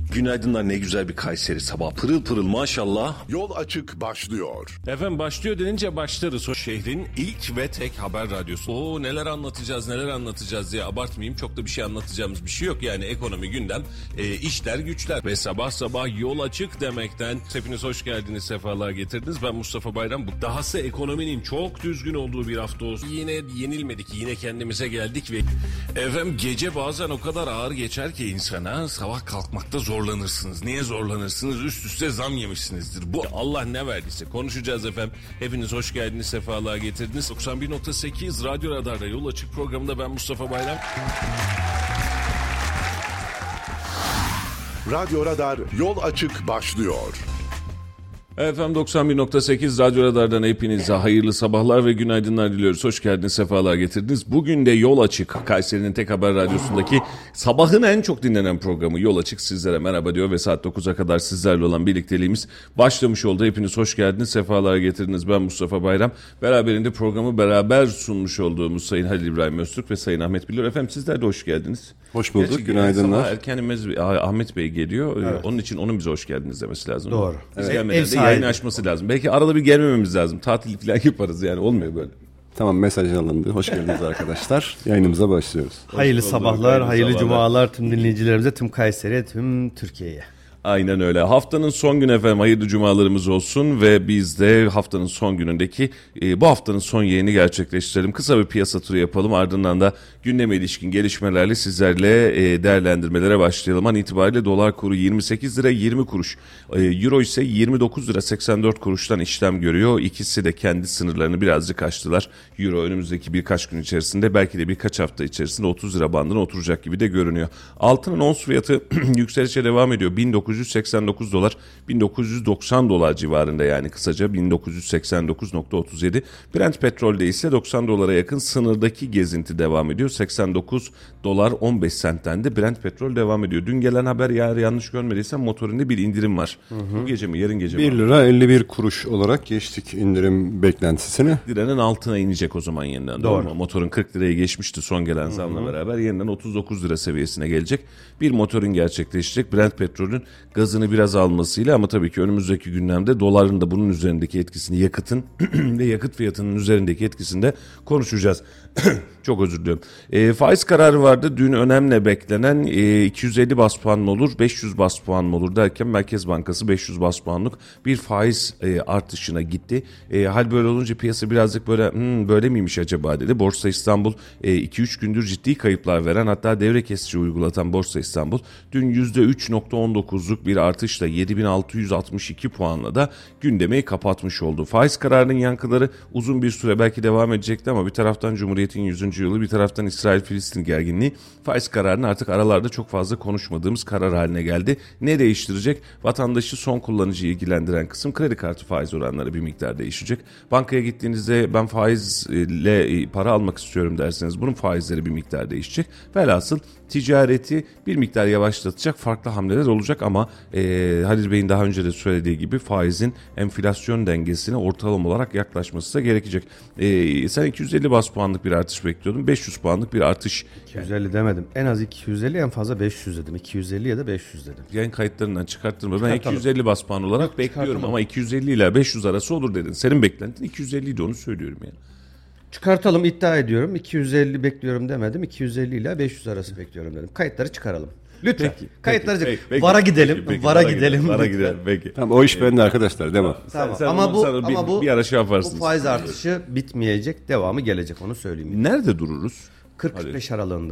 Günaydınlar, ne güzel bir Kayseri sabah. Pırıl pırıl maşallah. Yol Açık başlıyor. Efendim başlıyor denince başlarız. O şehrin ilk ve tek haber radyosu. Oo, neler anlatacağız diye abartmayayım. Çok da bir şey anlatacağımız bir şey yok. Yani ekonomi, gündem, işler, güçler. Ve sabah sabah Yol Açık demekten hepiniz hoş geldiniz, sefalar getirdiniz. Ben Mustafa Bayram. Bu dahası ekonominin çok düzgün olduğu bir hafta olsun. Yine yenilmedik, yine kendimize geldik ve efendim gece bazen o kadar ağır geçer ki insana, sabah kalkmakta zorlanırsınız. Niye zorlanırsınız? Üst üste zam yemişsinizdir. Bu Allah ne verdiyse konuşacağız efendim. Hepiniz hoş geldiniz, sefalar getirdiniz. 91.8 Radyo Radar'da Yol Açık programında ben Mustafa Bayram. Radyo Radar Yol Açık başlıyor. Efendim 91.8 Radyo Radar'dan hepinize hayırlı sabahlar ve günaydınlar diliyoruz. Hoş geldiniz, sefalar getirdiniz. Bugün de Yol Açık, Kayseri'nin tek haber radyosundaki sabahın en çok dinlenen programı Yol Açık sizlere merhaba diyor ve saat 9'a kadar sizlerle olan birlikteliğimiz başlamış oldu. Hepiniz hoş geldiniz, sefalar getirdiniz. Ben Mustafa Bayram. Beraberinde programı beraber sunmuş olduğumuz Sayın Halil İbrahim Öztürk ve Sayın Ahmet Biliyor. Efendim sizler de hoş geldiniz. Hoş bulduk, gerçi günaydınlar. Erkenimiz Ahmet Bey geliyor. Evet. Onun için onun bize hoş geldiniz demesi lazım. Doğru. Biz gelmeden de yayın açması lazım. Belki arada bir gelmememiz lazım. Tatil falan yaparız yani, olmuyor böyle. Tamam, mesaj alındı. Hoş geldiniz arkadaşlar. Yayınımıza başlıyoruz. Hayırlı sabahlar, hayırlı cumalar tüm dinleyicilerimize, tüm Kayseri'ye, tüm Türkiye'ye. Aynen öyle. Haftanın son günü efendim, hayırlı cumalarımız olsun ve biz de haftanın son günündeki bu haftanın son yayını gerçekleştirelim. Kısa bir piyasa turu yapalım, ardından da gündeme ilişkin gelişmelerle sizlerle değerlendirmelere başlayalım. An itibariyle dolar kuru 28 lira 20 kuruş, euro ise 29 lira 84 kuruştan işlem görüyor. İkisi de kendi sınırlarını birazcık aştılar. Euro önümüzdeki birkaç gün içerisinde, belki de birkaç hafta içerisinde 30 lira bandına oturacak gibi de görünüyor. Altının ons fiyatı yükselişe devam ediyor. 1989 dolar, 1990 dolar civarında, yani kısaca 1989.37. Brent petrolde ise 90 dolara yakın sınırdaki gezinti devam ediyor. 89 dolar 15 sentten de Brent petrol devam ediyor. Dün gelen haber, eğer yanlış görmediysem, motorinde bir indirim var. Bu gece mi, yarın gece mi? 1 lira 51 kuruş olarak geçtik indirim beklentisini. Liranın altına inecek o zaman yeniden. Doğru mu? Motorun 40 liraya geçmişti son gelen zamla beraber, yeniden 39 lira seviyesine gelecek. Bir motorun gerçekleşecek. Brent petrolün gazını biraz almasıyla, ama tabii ki önümüzdeki gündemde doların da bunun üzerindeki etkisini, yakıtın ve yakıt fiyatının üzerindeki etkisini de konuşacağız. Çok özür diliyorum. Faiz kararı vardı. Dün önemli beklenen 250 bas puan mı olur, 500 bas puan mı olur derken Merkez Bankası 500 bas puanlık bir faiz artışına gitti. Hal böyle olunca piyasa birazcık böyle böyle miymiş acaba dedi. Borsa İstanbul 2-3 gündür ciddi kayıplar veren, hatta devre kesici uygulatan Borsa İstanbul dün %3.19'luk bir artışla 7662 puanla da gündemi kapatmış oldu. Faiz kararının yankıları uzun bir süre belki devam edecekti, ama bir taraftan Cumhuriyet'in 100. yılı, bir taraftan İsrail-Filistin gerginliği faiz kararını artık aralarda çok fazla konuşmadığımız karar haline geldi. Ne değiştirecek? Vatandaşı, son kullanıcıyı ilgilendiren kısım kredi kartı faiz oranları bir miktar değişecek. Bankaya gittiğinizde ben faizle para almak istiyorum derseniz bunun faizleri bir miktar değişecek. Velhasıl ticareti bir miktar yavaşlatacak farklı hamleler olacak, ama Halil Bey'in daha önce de söylediği gibi faizin enflasyon dengesine ortalama olarak yaklaşması da gerekecek. Sen 250 bas puanlık bir artış bekliyordun. 500 puanlık bir artış. 250 demedim. En az 250, en fazla 500 dedim. 250 ya da 500 dedim. Yayın kayıtlarından çıkarttırma. Ben 250 bas puan olarak bekliyorum, ama 250 ile 500 arası olur dedin. Senin beklentin 250 idi, onu söylüyorum yani. Çıkartalım, iddia ediyorum. 250 bekliyorum demedim. 250 ile 500 arası bekliyorum dedim. Kayıtları çıkaralım. Lütfen. Kayıtları peki, VAR'a gidelim. VAR'a gidelim. Peki. Tamam, o iş bende arkadaşlar, devam. Tamam. Sen ama bu bir ara şey yaparsınız. Bu faiz artışı bitmeyecek, devamı gelecek, onu söyleyeyim. Nerede dururuz? 40-45 aralığında.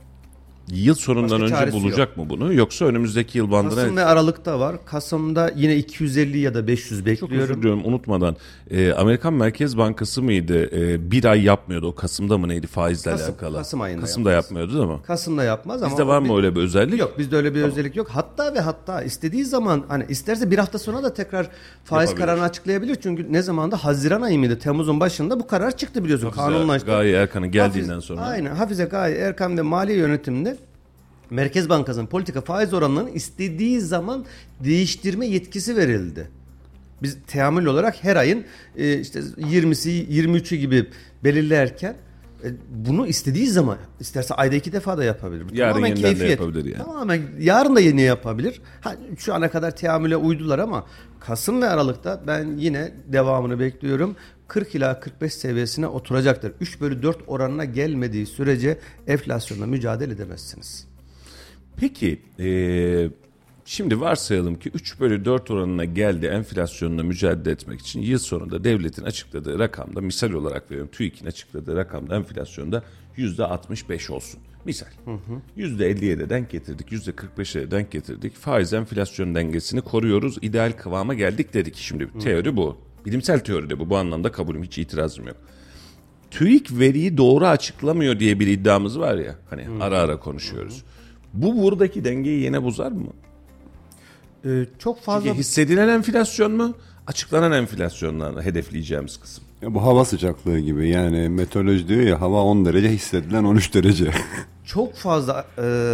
Yıl sonundan başka önce bulacak mı bunu, yoksa önümüzdeki yıl bandına? Kasım ve Aralık'ta var. Kasım'da yine 250 ya da 500 bekliyorum. Çok özür diliyorum, unutmadan. Amerikan Merkez Bankası mıydı? Bir ay yapmıyordu. O Kasım'da mı neydi faizle alakalı? Kasım ayında Kasım'da yapmıyordu değil mi? Kasım'da yapmaz, ama bizde var mı öyle bir özellik? Yok, bizde öyle bir özellik yok. Hatta istediği zaman, hani isterse bir hafta sonra da tekrar faiz kararını açıklayabilir. Çünkü ne zamanda? Haziran ayı mıydı? Temmuz'un başında bu karar çıktı biliyorsun. Kanunlaştı. Gaye Erkan'ın geldiğinden sonra. Aynen. Hafize Gaye Erkan ve Maliye Yönetiminde Merkez Bankası'nın politika faiz oranlarını istediği zaman değiştirme yetkisi verildi. Biz teamül olarak her ayın işte 20'si 23'ü gibi belirlerken Bunu istediği zaman, isterse ayda 2 defa da yapabilir. Bu Yarın tamamen yeniden de keyfiyet. yapabilir yani. Tamamen yarın da yeni yapabilir. Şu ana kadar teamüle uydular ama Kasım ve Aralık'ta ben yine devamını bekliyorum. 40 ila 45 seviyesine oturacaktır. 3/4 oranına gelmediği sürece enflasyonla mücadele edemezsiniz. Peki şimdi varsayalım ki 3/4 oranına geldi enflasyonla mücadele etmek için yıl sonunda devletin açıkladığı rakamda, misal olarak veriyorum, TÜİK'in açıkladığı rakamda enflasyonda %65 olsun. Misal. %50'ye de denk getirdik, %45'e de denk getirdik. Faiz enflasyon dengesini koruyoruz, ideal kıvama geldik dedik. Şimdi teori bu. Bilimsel teori de bu. Bu anlamda kabulüm, hiç itirazım yok. TÜİK veriyi doğru açıklamıyor diye bir iddiamız var ya. Hani ara ara konuşuyoruz. Bu buradaki dengeyi yine bozar mı? Çok fazla Çünkü hissedilen enflasyon mu? Açıklanan enflasyonla hedefleyeceğimiz kısım. Ya bu hava sıcaklığı gibi, yani meteoroloji diyor ya, hava 10 derece, hissedilen 13 derece. çok fazla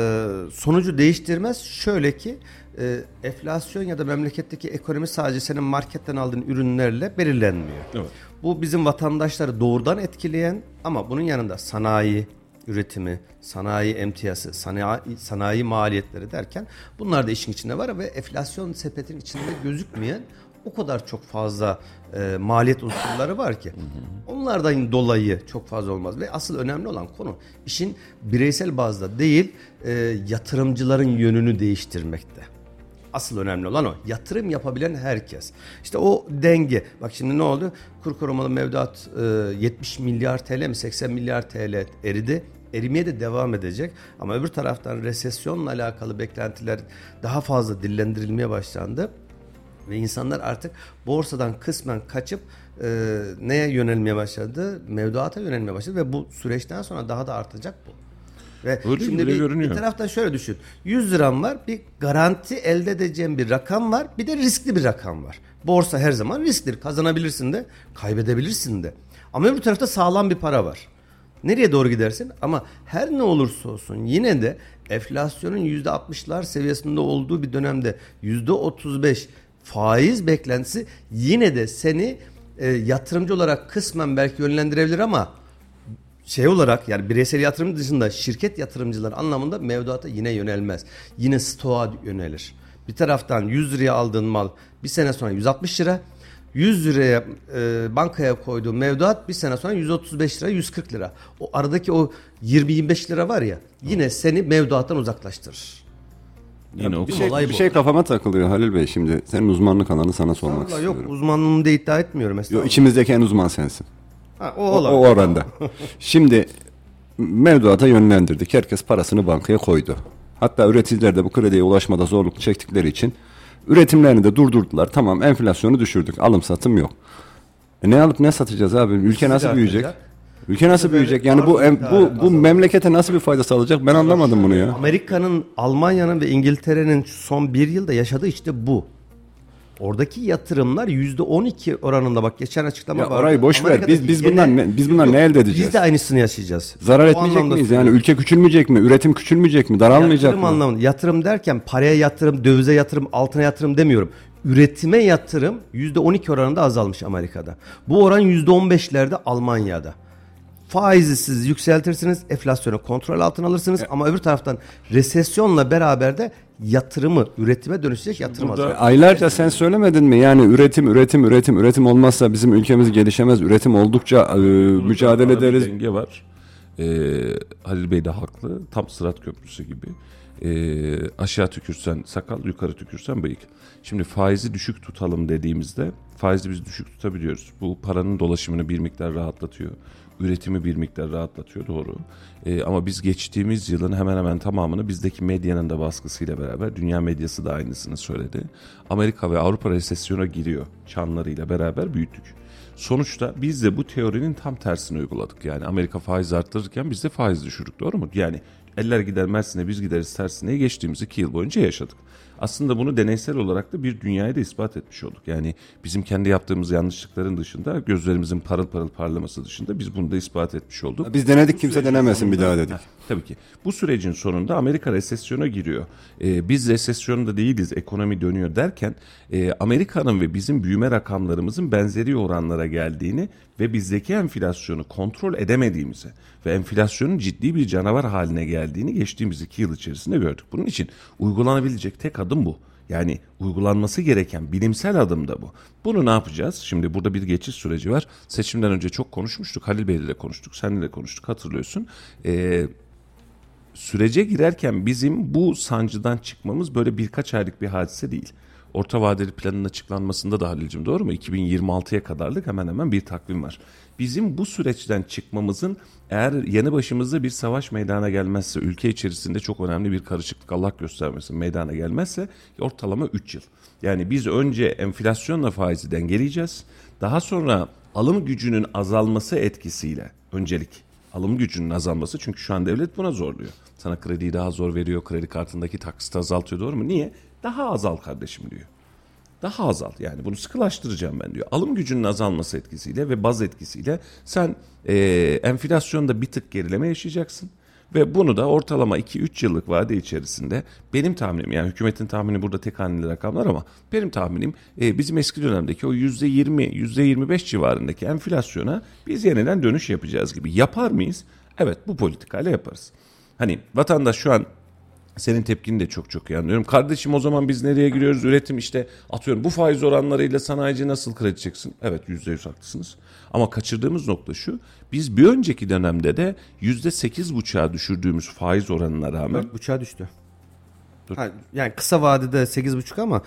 sonucu değiştirmez. Şöyle ki enflasyon ya da memleketteki ekonomi sadece senin marketten aldığın ürünlerle belirlenmiyor. Evet. Bu bizim vatandaşları doğrudan etkileyen ama bunun yanında sanayi üretimi, sanayi emtiyası, sanayi maliyetleri derken bunlar da işin içinde var ve enflasyon sepetin içinde gözükmeyen o kadar çok fazla maliyet unsurları var ki onlardan dolayı çok fazla olmaz ve asıl önemli olan konu işin bireysel bazda değil yatırımcıların yönünü değiştirmekte. Asıl önemli olan o. Yatırım yapabilen herkes. İşte o denge. Bak şimdi ne oldu? Kur korumalı mevduat 70 milyar TL mi 80 milyar TL eridi. Erimeye de devam edecek. Ama öbür taraftan resesyonla alakalı beklentiler daha fazla dillendirilmeye başlandı. Ve insanlar artık borsadan kısmen kaçıp neye yönelmeye başladı? Mevduata yönelmeye başladı ve bu süreçten sonra daha da artacak bu. Ve öyle şimdi bir taraftan şöyle düşün. 100 liram var, bir garanti elde edeceğim bir rakam var, bir de riskli bir rakam var. Borsa her zaman risklidir. Kazanabilirsin de, kaybedebilirsin de. Ama öbür tarafta sağlam bir para var. Nereye doğru gidersin? Ama her ne olursa olsun yine de enflasyonun %60'lar seviyesinde olduğu bir dönemde %35 faiz beklentisi yine de seni yatırımcı olarak kısmen belki yönlendirebilir ama olarak yani bireysel yatırım dışında şirket yatırımcılar anlamında mevduata yine yönelmez. Yine stoğa yönelir. Bir taraftan 100 liraya aldığın mal bir sene sonra 160 lira, 100 liraya bankaya koyduğun mevduat bir sene sonra 135 lira, 140 lira. O aradaki o 20-25 lira var ya yine seni mevduattan uzaklaştırır. Yine Bir şey kafama takılıyor Halil Bey şimdi. Senin uzmanlık alanı sana sormak Vallahi istiyorum. yok uzmanlığımı da iddia etmiyorum. Yok, içimizdeki en uzman sensin. O oranda. Şimdi mevduata yönlendirdik. Herkes parasını bankaya koydu. Hatta üreticiler de bu krediye ulaşmada zorluk çektikleri için üretimlerini de durdurdular. Tamam, enflasyonu düşürdük. Alım satım yok. Ne alıp ne satacağız abi? Ülke nasıl büyüyecek? Ülke nasıl büyüyecek? Yani bu memlekete nasıl bir fayda sağlayacak? Ben anlamadım bunu ya. Amerika'nın, Almanya'nın ve İngiltere'nin son bir yılda yaşadığı işte bu. Oradaki yatırımlar %12 oranında, bak geçen açıklama var. Orayı boş ver. Biz bundan ne elde edeceğiz? Biz de aynısını yaşayacağız. Zarar etmeyecek miyiz? Yani ülke küçülmeyecek mi? Üretim küçülmeyecek mi? Daralmayacak yatırım mı? Anlamında. Yatırım derken paraya yatırım, dövize yatırım, altına yatırım demiyorum. Üretime yatırım %12 oranında azalmış Amerika'da. Bu oran %15'lerde Almanya'da. Faizi siz yükseltirsiniz, enflasyonu kontrol altına alırsınız ama öbür taraftan resesyonla beraber de yatırımı, üretime dönüşecek yatırım azalır. Aylarca sen söylemedin mi? Yani üretim olmazsa bizim ülkemiz gelişemez. Üretim oldukça mücadele ederiz. Bir denge var. Halil Bey de haklı. Tam Sırat Köprüsü gibi. Aşağı tükürsen sakal, yukarı tükürsen bıyık. Şimdi faizi düşük tutalım dediğimizde faizi biz düşük tutabiliyoruz. Bu paranın dolaşımını bir miktar rahatlatıyor. Üretimi bir miktar rahatlatıyor, doğru. Ama biz geçtiğimiz yılın hemen hemen tamamını bizdeki medyanın da baskısıyla beraber, dünya medyası da aynısını söyledi. Amerika ve Avrupa resesyona giriyor çanlarıyla beraber büyüttük. Sonuçta biz de bu teorinin tam tersini uyguladık. Yani Amerika faiz arttırırken biz de faiz düşürdük, doğru mu? Yani eller gider Mersin'e biz gideriz tersine geçtiğimiz 2 yıl boyunca yaşadık. Aslında bunu deneysel olarak da bir dünyaya da ispat etmiş olduk. Yani bizim kendi yaptığımız yanlışlıkların dışında, gözlerimizin parıl parıl parlaması dışında biz bunu da ispat etmiş olduk. Biz denedik, kimse denemesin bir daha dedik. Tabii ki. Bu sürecin sonunda Amerika resesyona giriyor. Biz resesyonda değiliz, ekonomi dönüyor derken Amerika'nın ve bizim büyüme rakamlarımızın benzeri oranlara geldiğini ve bizdeki enflasyonu kontrol edemediğimizi, ve enflasyonun ciddi bir canavar haline geldiğini geçtiğimiz 2 yıl içerisinde gördük. Bunun için uygulanabilecek tek adım bu. Yani uygulanması gereken bilimsel adım da bu. Bunu ne yapacağız? Şimdi burada bir geçiş süreci var. Seçimden önce çok konuşmuştuk. Halil Bey'le de konuştuk. Seninle de konuştuk, hatırlıyorsun. Sürece girerken bizim bu sancıdan çıkmamız böyle birkaç aylık bir hadise değil. Orta vadeli planın açıklanmasında da Halil'cim, doğru mu? 2026'ya kadarlık hemen hemen bir takvim var. Bizim bu süreçten çıkmamızın, eğer yanı başımızda bir savaş meydana gelmezse, ülke içerisinde çok önemli bir karışıklık Allah göstermesin meydana gelmezse, ortalama 3 yıl. Yani biz önce enflasyonla faizi dengeleyeceğiz. Daha sonra alım gücünün azalması etkisiyle, öncelik alım gücünün azalması, çünkü şu an devlet buna zorluyor. Sana krediyi daha zor veriyor, kredi kartındaki taksiti azaltıyor, doğru mu? Niye? Daha azal kardeşim diyor. Daha azal, yani bunu sıkılaştıracağım ben diyor. Alım gücünün azalması etkisiyle ve baz etkisiyle sen enflasyonda bir tık gerileme yaşayacaksın. Ve bunu da ortalama 2-3 yıllık vade içerisinde, benim tahminim, yani hükümetin tahmini burada tek haneli rakamlar ama benim tahminim bizim eski dönemdeki o %20, %25 civarındaki enflasyona biz yeniden dönüş yapacağız gibi. Yapar mıyız? Evet, bu politikayla yaparız. Hani vatandaş şu an, senin tepkini de çok çok iyi anlıyorum. Kardeşim, o zaman biz nereye giriyoruz? Üretim işte, atıyorum bu faiz oranlarıyla sanayici nasıl kredi çeksin? Evet, %100 haklısınız. Ama kaçırdığımız nokta şu: biz bir önceki dönemde de %8,5'a düşürdüğümüz faiz oranına rağmen 4,5'a düştü. Yani kısa vadede 8,5 ama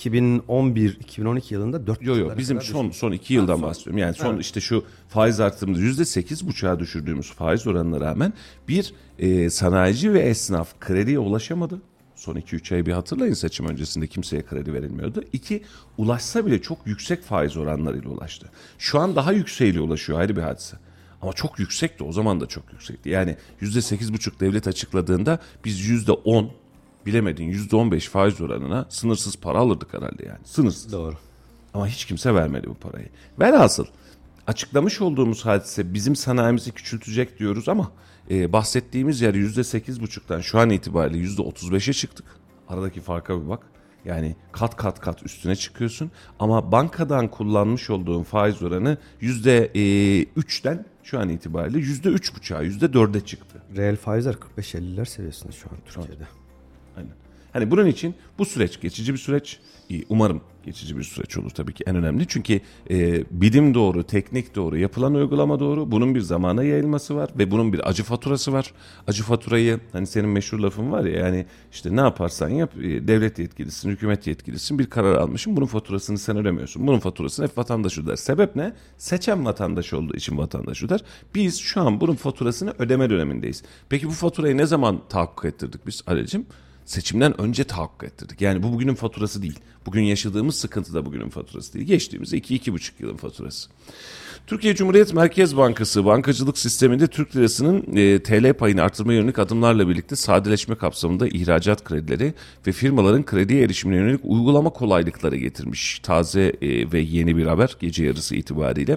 2011-2012 yılında 4. Yo bizim son 2 yıldan bahsediyorum. Yani son işte şu faiz artırımında %8,5'a düşürdüğümüz faiz oranına rağmen bir sanayici ve esnaf krediye ulaşamadı. Son 2-3 ayı bir hatırlayın, seçim öncesinde kimseye kredi verilmiyordu. 2, ulaşsa bile çok yüksek faiz oranlarıyla ulaştı. Şu an daha yükseğiyle ulaşıyor, ayrı bir hadise. Ama çok yüksekti, o zaman da çok yüksekti. Yani %8,5 devlet açıkladığında biz %10, bilemedin %15 faiz oranına sınırsız para alırdık herhalde yani. Sınırsız. Doğru. Ama hiç kimse vermedi bu parayı. Velhasıl açıklamış olduğumuz hadise bizim sanayimizi küçültecek diyoruz ama bahsettiğimiz yer %8,5'tan şu an itibariyle %35'e çıktık. Aradaki farka bir bak. Yani kat üstüne çıkıyorsun ama bankadan kullanmış olduğun faiz oranı %3'ten şu an itibariyle %3,5'a, %4'e çıktı. Reel faizler 45-50'ler seviyesinde şu an Türkiye'de. Aynen. Hani bunun için bu süreç geçici bir süreç. Umarım geçici bir süreç olur tabii ki, en önemli. Çünkü bilim doğru, teknik doğru, yapılan uygulama doğru. Bunun bir zamana yayılması var ve bunun bir acı faturası var. Acı faturayı, hani senin meşhur lafın var ya, yani işte ne yaparsan yap, devlet yetkilisin, hükümet yetkilisin, bir karar almışsın, bunun faturasını sen ödemiyorsun. Bunun faturasını hep vatandaş öder. Sebep ne? Seçen vatandaş olduğu için vatandaş öder. Biz şu an bunun faturasını ödeme dönemindeyiz. Peki bu faturayı ne zaman tahakkuk ettirdik biz Ali'cim? Seçimden önce tahakkuk ettirdik. Yani bu bugünün faturası değil. Bugün yaşadığımız sıkıntı da bugünün faturası değil. Geçtiğimiz 2-2,5 yılın faturası. Türkiye Cumhuriyet Merkez Bankası bankacılık sisteminde Türk lirasının TL payını artırmaya yönelik adımlarla birlikte sadeleşme kapsamında ihracat kredileri ve firmaların krediye erişimine yönelik uygulama kolaylıkları getirmiş. Taze ve yeni bir haber gece yarısı itibariyle.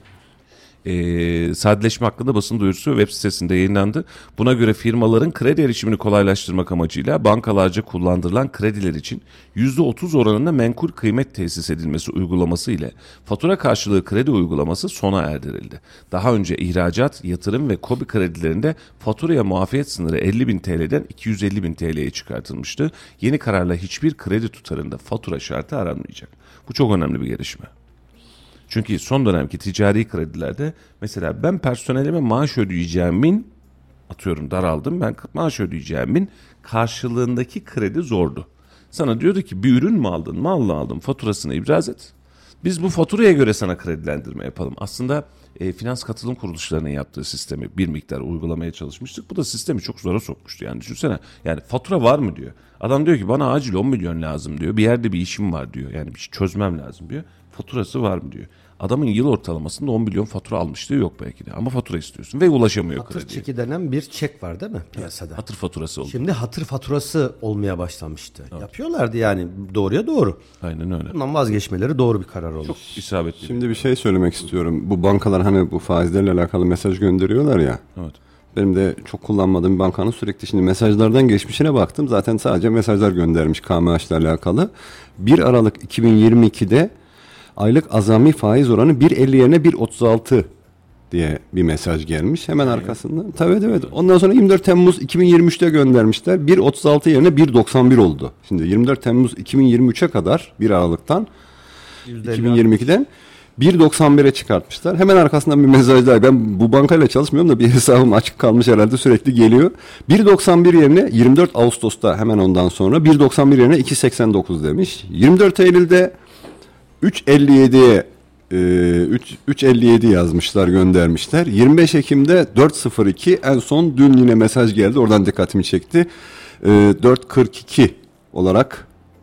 Sadeleşme hakkında basın duyurusu web sitesinde yayınlandı. Buna göre firmaların kredi erişimini kolaylaştırmak amacıyla bankalarca kullandırılan krediler için %30 oranında menkul kıymet tesis edilmesi uygulaması ile fatura karşılığı kredi uygulaması sona erdirildi. Daha önce ihracat, yatırım ve KOBİ kredilerinde faturaya muafiyet sınırı 50.000 TL'den 250.000 TL'ye çıkartılmıştı. Yeni kararla hiçbir kredi tutarında fatura şartı aranmayacak. Bu çok önemli bir gelişme. Çünkü son dönemki ticari kredilerde mesela ben personelime maaş ödeyeceğimin, atıyorum daraldım, ben maaş ödeyeceğimin karşılığındaki kredi zordu. Sana diyordu ki bir ürün mü aldın, mal aldın, faturasını ibraz et. Biz bu faturaya göre sana kredilendirme yapalım. Aslında finans katılım kuruluşlarının yaptığı sistemi bir miktar uygulamaya çalışmıştık. Bu da sistemi çok zora sokmuştu. Yani düşünsene, yani fatura var mı diyor. Adam diyor ki bana acil 10 milyon lazım diyor. Bir yerde bir işim var diyor. Yani bir şey çözmem lazım diyor. Faturası var mı diyor. Adamın yıl ortalamasında 10 milyon fatura almışlığı yok belki de. Ama fatura istiyorsun ve ulaşamıyor krediye. Hatır çeki denen bir çek var değil mi piyasada? Hatır faturası oldu. Şimdi hatır faturası olmaya başlamıştı. Evet. Yapıyorlardı yani, doğruya doğru. Aynen öyle. Bundan vazgeçmeleri doğru bir karar oldu. Çok isabetli. Şimdi bir şey söylemek istiyorum. Bu bankalar hani bu faizlerle alakalı mesaj gönderiyorlar ya. Evet. Benim de çok kullanmadığım bir bankanın sürekli şimdi mesajlardan geçmişine baktım. Zaten sadece mesajlar göndermiş KMH'le alakalı. 1 Aralık 2022'de aylık azami faiz oranı 1.50 yerine 1.36 diye bir mesaj gelmiş. Hemen arkasından. Tabii evet. Ondan sonra 24 Temmuz 2023'te göndermişler. 1.36 yerine 1.91 oldu. Şimdi 24 Temmuz 2023'e kadar 1 Aralık'tan 2022'den 1.91'e çıkartmışlar. Hemen arkasından bir mesaj daha. Ben bu bankayla çalışmıyorum da bir hesabım açık kalmış herhalde, sürekli geliyor. 1.91 yerine 24 Ağustos'ta hemen ondan sonra 1.91 yerine 2.89 demiş. 24 Eylül'de 3.57'ye 3.57 yazmışlar, göndermişler. 25 Ekim'de 4.02, en son dün yine mesaj geldi. Oradan dikkatimi çekti. 4.42 olarak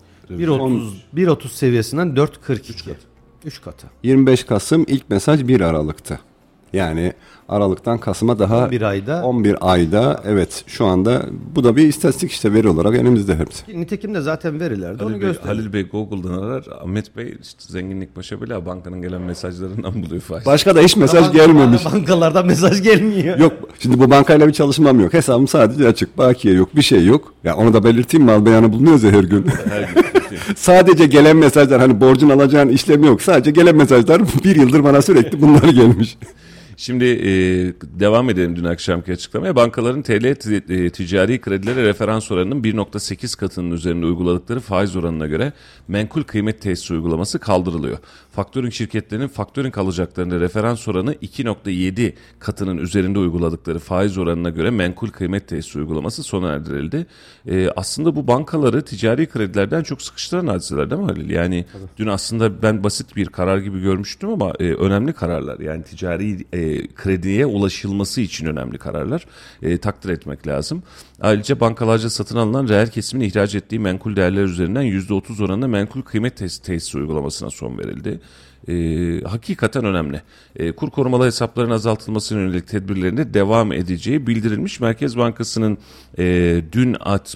1.30 seviyesinden 4.42. 3 katı. 25 Kasım ilk mesaj 1 Aralık'tı. Yani Aralık'tan Kasım'a daha 11 ayda evet, şu anda bu da bir istatistik, işte veri olarak elimizde hepsi. Nitekim de zaten verilerde onu gösteriyor. Halil Bey Google'dan arar. Ahmet Bey işte zenginlik başa bela, bankanın gelen mesajlarından buluyor faiz. Başka da hiç mesaj gelmemiş. Bankalardan mesaj gelmiyor. Yok, şimdi bu bankayla bir çalışmam yok. Hesabım sadece açık. Bakiye yok, bir şey yok. Ya onu da belirteyim, mal beyanı bulunuyoruz ya her gün. Her gün. Sadece gelen mesajlar, hani borcun alacağın işlemi yok. Sadece gelen mesajlar, bir yıldır bana sürekli bunlar gelmiş. Şimdi devam edelim dün akşamki açıklamaya. Bankaların TL ticari kredilere referans oranının 1.8 katının üzerinde uyguladıkları faiz oranına göre menkul kıymet tesisi uygulaması kaldırılıyor. Faktörink şirketlerinin faktörink alacaklarında referans oranı 2.7 katının üzerinde uyguladıkları faiz oranına göre menkul kıymet tesisi uygulaması sona erdirildi. Aslında bu bankaları ticari kredilerden çok sıkıştıran hadiseler değil mi Halil? Yani dün aslında ben basit bir karar gibi görmüştüm ama önemli kararlar. Yani ticari krediye ulaşılması için önemli kararlar. Takdir etmek lazım. Ayrıca bankalarca satın alınan reel kesimin ihraç ettiği menkul değerler üzerinden %30 oranında menkul kıymet tesisi uygulamasına son verildi. Hakikaten önemli. Kur korumalı hesapların azaltılmasına yönelik tedbirlerinde devam edeceği bildirilmiş. Merkez Bankası'nın dün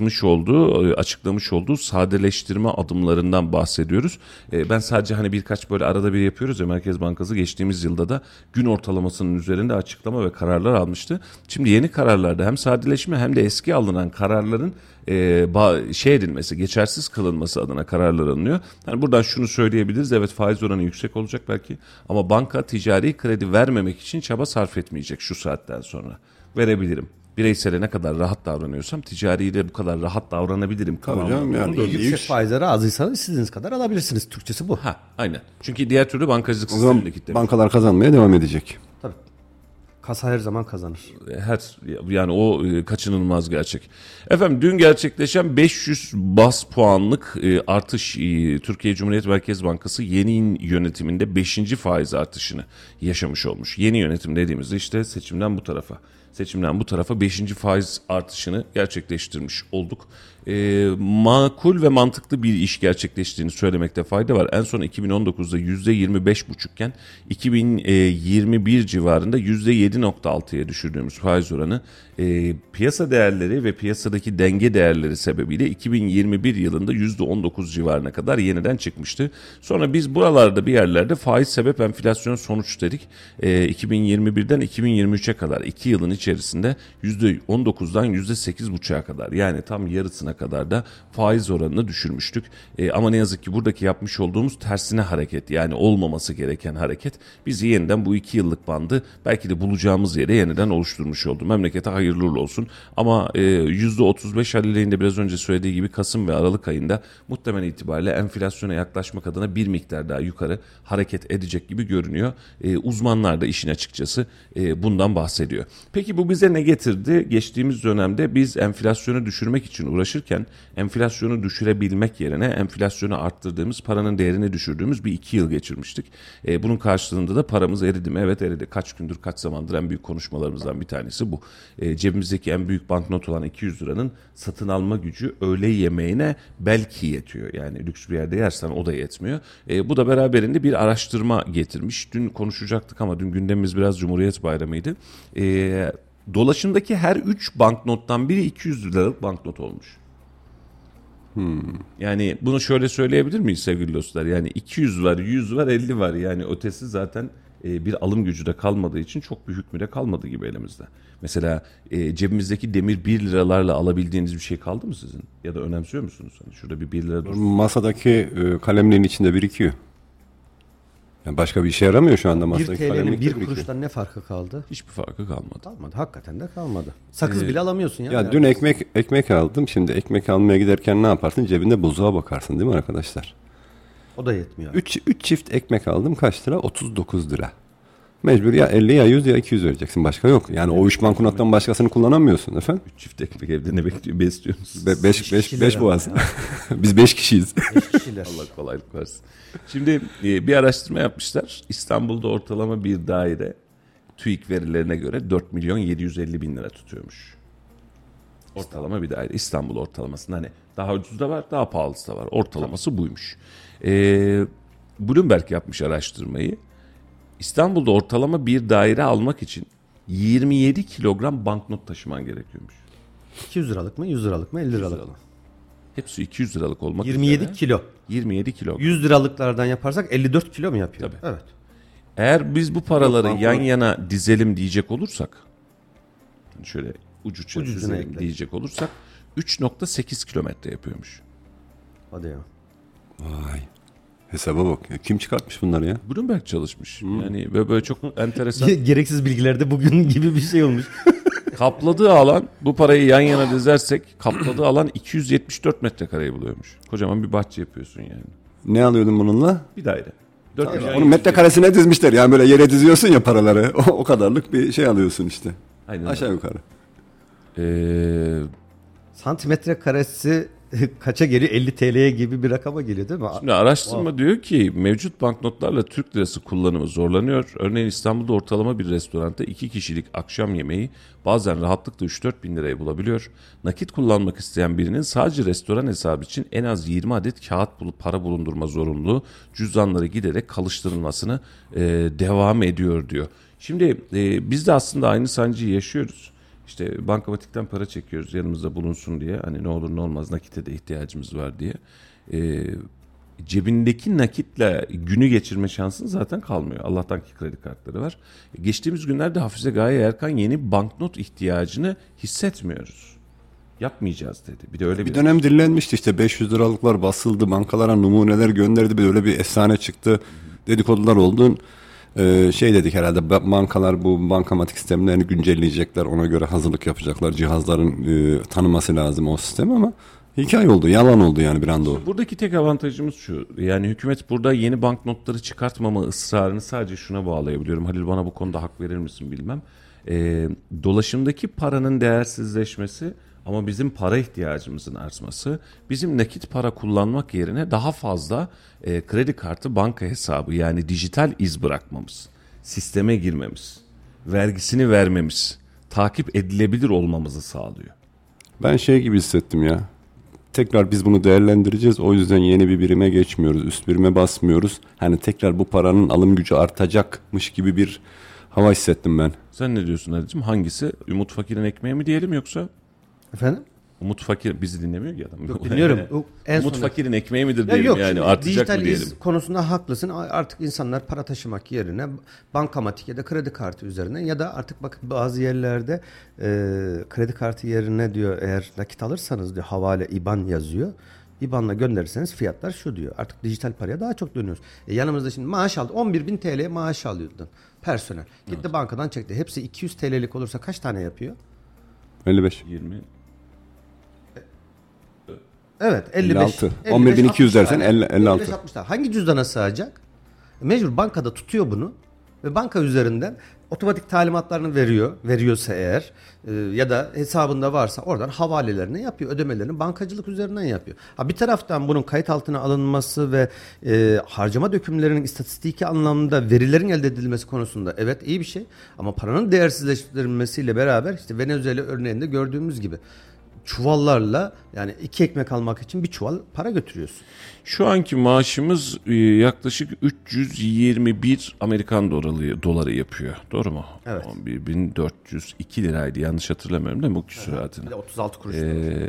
açıklamış olduğu sadeleştirme adımlarından bahsediyoruz. Ben sadece hani birkaç böyle arada bir yapıyoruz ya, Merkez Bankası geçtiğimiz yılda da gün ortalamasının üzerinde açıklama ve kararlar almıştı. Şimdi yeni kararlarda hem sadeleşme hem de eski alınan kararların edilmesi, geçersiz kılınması adına kararlar alınıyor. Yani buradan şunu söyleyebiliriz. Evet, faiz oranı yüksek olacak belki ama banka ticari kredi vermemek için çaba sarf etmeyecek şu saatten sonra. Verebilirim. Bireysele ne kadar rahat davranıyorsam ticariyle bu kadar rahat davranabilirim. Tabii canım, yani yüksek faizlere razıysanız istediğiniz kadar alabilirsiniz. Türkçesi bu. Aynen. Çünkü diğer türlü bankacılık sisteminde kilitlemiş. Bankalar kazanmaya devam edecek. Tabii. Kasa her zaman kazanır. Yani o kaçınılmaz gerçek. Efendim, dün gerçekleşen 500 baz puanlık artış, Türkiye Cumhuriyet Merkez Bankası yeni yönetiminde 5. faiz artışını yaşamış olmuş. Yeni yönetim dediğimizde işte seçimden bu tarafa 5. faiz artışını gerçekleştirmiş olduk. Makul ve mantıklı bir iş gerçekleştiğini söylemekte fayda var. En son 2019'da %25,5 iken 2021 civarında %7,6'ya düşürdüğümüz faiz oranı piyasa değerleri ve piyasadaki denge değerleri sebebiyle 2021 yılında %19 civarına kadar yeniden çıkmıştı. Sonra biz buralarda bir yerlerde faiz sebep enflasyon sonuç dedik. 2021'den 2023'e kadar 2 yılın içerisinde %19'dan %8,5'a kadar, yani tam yarısına kadar da faiz oranını düşürmüştük. Ama ne yazık ki buradaki yapmış olduğumuz tersine hareket, yani olmaması gereken hareket bizi yeniden bu 2 yıllık bandı belki de bulacağımız yere yeniden oluşturmuş oldu. Memlekete hayırlı uğurlu olsun. Ama %35 Halil'in de biraz önce söylediği gibi Kasım ve Aralık ayında muhtemel itibariyle enflasyona yaklaşmak adına bir miktar daha yukarı hareket edecek gibi görünüyor. Uzmanlar da işin açıkçası bundan bahsediyor. Peki bu bize ne getirdi? Geçtiğimiz dönemde biz enflasyonu düşürmek için uğraşırken enflasyonu düşürebilmek yerine enflasyonu arttırdığımız, paranın değerini düşürdüğümüz bir 2 yıl geçirmiştik. Bunun karşılığında da paramız eridi mi? Evet, eridi. Kaç gündür, kaç zamandır en büyük konuşmalarımızdan bir tanesi bu. Cebimizdeki en büyük banknot olan 200 liranın satın alma gücü öğle yemeğine belki yetiyor. Yani lüks bir yerde yersen o da yetmiyor. Bu da beraberinde bir araştırma getirmiş. Dün konuşacaktık ama dün gündemimiz biraz Cumhuriyet Bayramı'ydı. Dolaşımdaki her 3 banknottan biri 200 liralık banknot olmuş. Yani bunu şöyle söyleyebilir miyiz sevgili dostlar? Yani 200 var, 100 var, 50 var. Yani ötesi zaten bir alım gücü de kalmadığı için çok bir hükmü de kalmadı gibi elimizde. Mesela cebimizdeki demir 1 liralarla alabildiğiniz bir şey kaldı mı sizin? Ya da önemsiyor musunuz? Hani şurada bir 1 lira dursun. Masadaki kalemliğin içinde birikiyor. Yani başka bir işe yaramıyor şu anda 1 masadaki TL'nin kalemlikte 1 birikiyor. kuruştan ne farkı kaldı? Hiçbir farkı kalmadı. Kalmadı. Hakikaten de kalmadı. Sakız bile alamıyorsun ya. Ya dün ekmek aldım. Şimdi ekmek almaya giderken ne yaparsın? Cebinde buzluğa bakarsın değil mi arkadaşlar? O da yetmiyor. 3 çift ekmek aldım. Kaç lira? 39 lira. Mecbur ya 50 ya 100 ya 200 vereceksin. Başka yok. Yani o 3 banknottan başkasını kullanamıyorsun efendim. 3 çift ekmek evde ne besliyorsunuz? 5 boğaz. Biz 5 kişiyiz. 5 kişiler. Allah kolaylık versin. Şimdi bir araştırma yapmışlar. İstanbul'da ortalama bir daire TÜİK verilerine göre 4 milyon 750 bin lira tutuyormuş. Ortalama bir daire. İstanbul ortalamasında hani daha ucuz da var, daha pahalısı da var. Ortalaması buymuş. Bloomberg yapmış araştırmayı. İstanbul'da ortalama bir daire almak için 27 kilogram banknot taşıman gerekiyormuş. 200 liralık mı, 100 liralık mı, 50 liralık mı? Hepsi 200 liralık olmak 27 üzere. kilo. 27 kilogram. 100 liralıklardan yaparsak 54 kilo mu yapıyor? Tabii. Evet. Eğer biz bu paraları Yok, yan yana dizelim diyecek olursak, şöyle ucuca Ucucuna dizelim ekle. diyecek olursak 3.8 kilometre yapıyormuş. Hadi ya. Vay. Hesaba bak. Ya kim çıkartmış bunları ya? Bloomberg çalışmış. Yani böyle çok enteresan. Gereksiz bilgilerde bugün gibi bir şey olmuş. Kapladığı alan, bu parayı yan yana dizersek kapladığı alan 274 metrekareyi buluyormuş. Kocaman bir bahçe yapıyorsun yani. Ne alıyordun bununla? Bir daire. 4 milyon Onu metrekaresine dizmişler. Yani böyle yere diziyorsun ya paraları. O kadarlık bir şey alıyorsun işte. Aynen Aşağı öyle. yukarı. Santimetre karesi kaça geliyor? 50 TL'ye gibi bir rakama geliyor değil mi? Şimdi araştırma diyor ki mevcut banknotlarla Türk lirası kullanımı zorlanıyor. Örneğin İstanbul'da ortalama bir restoranda 2 kişilik akşam yemeği bazen rahatlıkla 3-4 bin liraya bulabiliyor. Nakit kullanmak isteyen birinin sadece restoran hesabı için en az 20 adet kağıt para bulundurma zorunluluğu cüzdanları giderek kalıştırılmasını devam ediyor diyor. Şimdi biz de aslında aynı sancıyı yaşıyoruz. İşte bankamatikten para çekiyoruz yanımızda bulunsun diye. Hani ne olur ne olmaz nakite de ihtiyacımız var diye. Cebindeki nakitle günü geçirme şansın zaten kalmıyor. Allah'tan ki kredi kartları var. Geçtiğimiz günlerde Hafize Gaye Erkan yeni banknot ihtiyacını hissetmiyoruz. Yapmayacağız dedi. Bir de öyle Bir dönem dillenmişti işte 500 liralıklar basıldı. Bankalara numuneler gönderdi. Bir öyle bir efsane çıktı. Dedikodular oldu. Şey dedik herhalde bankalar bu bankamatik sistemlerini güncelleyecekler. Ona göre hazırlık yapacaklar. Cihazların tanıması lazım o sistemi ama hikaye oldu. Yalan oldu yani bir anda o. Buradaki tek avantajımız şu. Yani hükümet burada yeni banknotları çıkartmama ısrarını sadece şuna bağlayabiliyorum. Halil bana bu konuda hak verir misin bilmem. Dolaşımdaki paranın değersizleşmesi ama bizim para ihtiyacımızın artması, bizim nakit para kullanmak yerine daha fazla kredi kartı, banka hesabı yani dijital iz bırakmamız, sisteme girmemiz, vergisini vermemiz, takip edilebilir olmamızı sağlıyor. Ben şey gibi hissettim ya. Tekrar biz bunu değerlendireceğiz. O yüzden yeni bir birime geçmiyoruz. Üst birime basmıyoruz. Hani tekrar bu paranın alım gücü artacakmış gibi bir hava hissettim ben. Sen ne diyorsun Halil'cim? Hangisi? Umut Fakir'in ekmeği mi diyelim yoksa? Efendim? Umut Fakir bizi dinlemiyor ki adam. Yok, dinliyorum. En Umut son- Fakir'in ekmeği midir Ya diyelim yok, yani şimdi artacak dijital mı diyelim? iz konusunda haklısın. Artık insanlar para taşımak yerine bankamatik ya da kredi kartı üzerinden ya da artık bakın bazı yerlerde kredi kartı yerine diyor eğer nakit alırsanız diyor havale IBAN yazıyor. IBAN'la gönderirseniz fiyatlar şu diyor. Artık dijital paraya daha çok dönüyoruz. Yanımızda şimdi maaş aldı. 11.000 TL maaş alıyordun personel. Gitti bankadan çekti. Hepsi 200 TL'lik olursa kaç tane yapıyor? 55. 20. Evet 55. 56. 11.200 dersen 56. 55-60 tane. Hangi cüzdana sığacak? Mecbur bankada tutuyor bunu ve banka üzerinden otomatik talimatlarını veriyorsa eğer ya da hesabında varsa oradan havalelerini yapıyor, ödemelerini bankacılık üzerinden yapıyor. Bir taraftan bunun kayıt altına alınması ve harcama dökümlerinin istatistiki anlamda verilerin elde edilmesi konusunda evet iyi bir şey ama paranın değersizleştirilmesiyle beraber işte Venezuela örneğinde gördüğümüz gibi çuvallarla yani 2 ekmek almak için bir çuval para götürüyorsun. Şu anki maaşımız yaklaşık 321 Amerikan doları yapıyor. Doğru mu? Evet. 11.402 liraydı yanlış hatırlamıyorum değil mi bu küsuratını? Bir de 36 kuruş.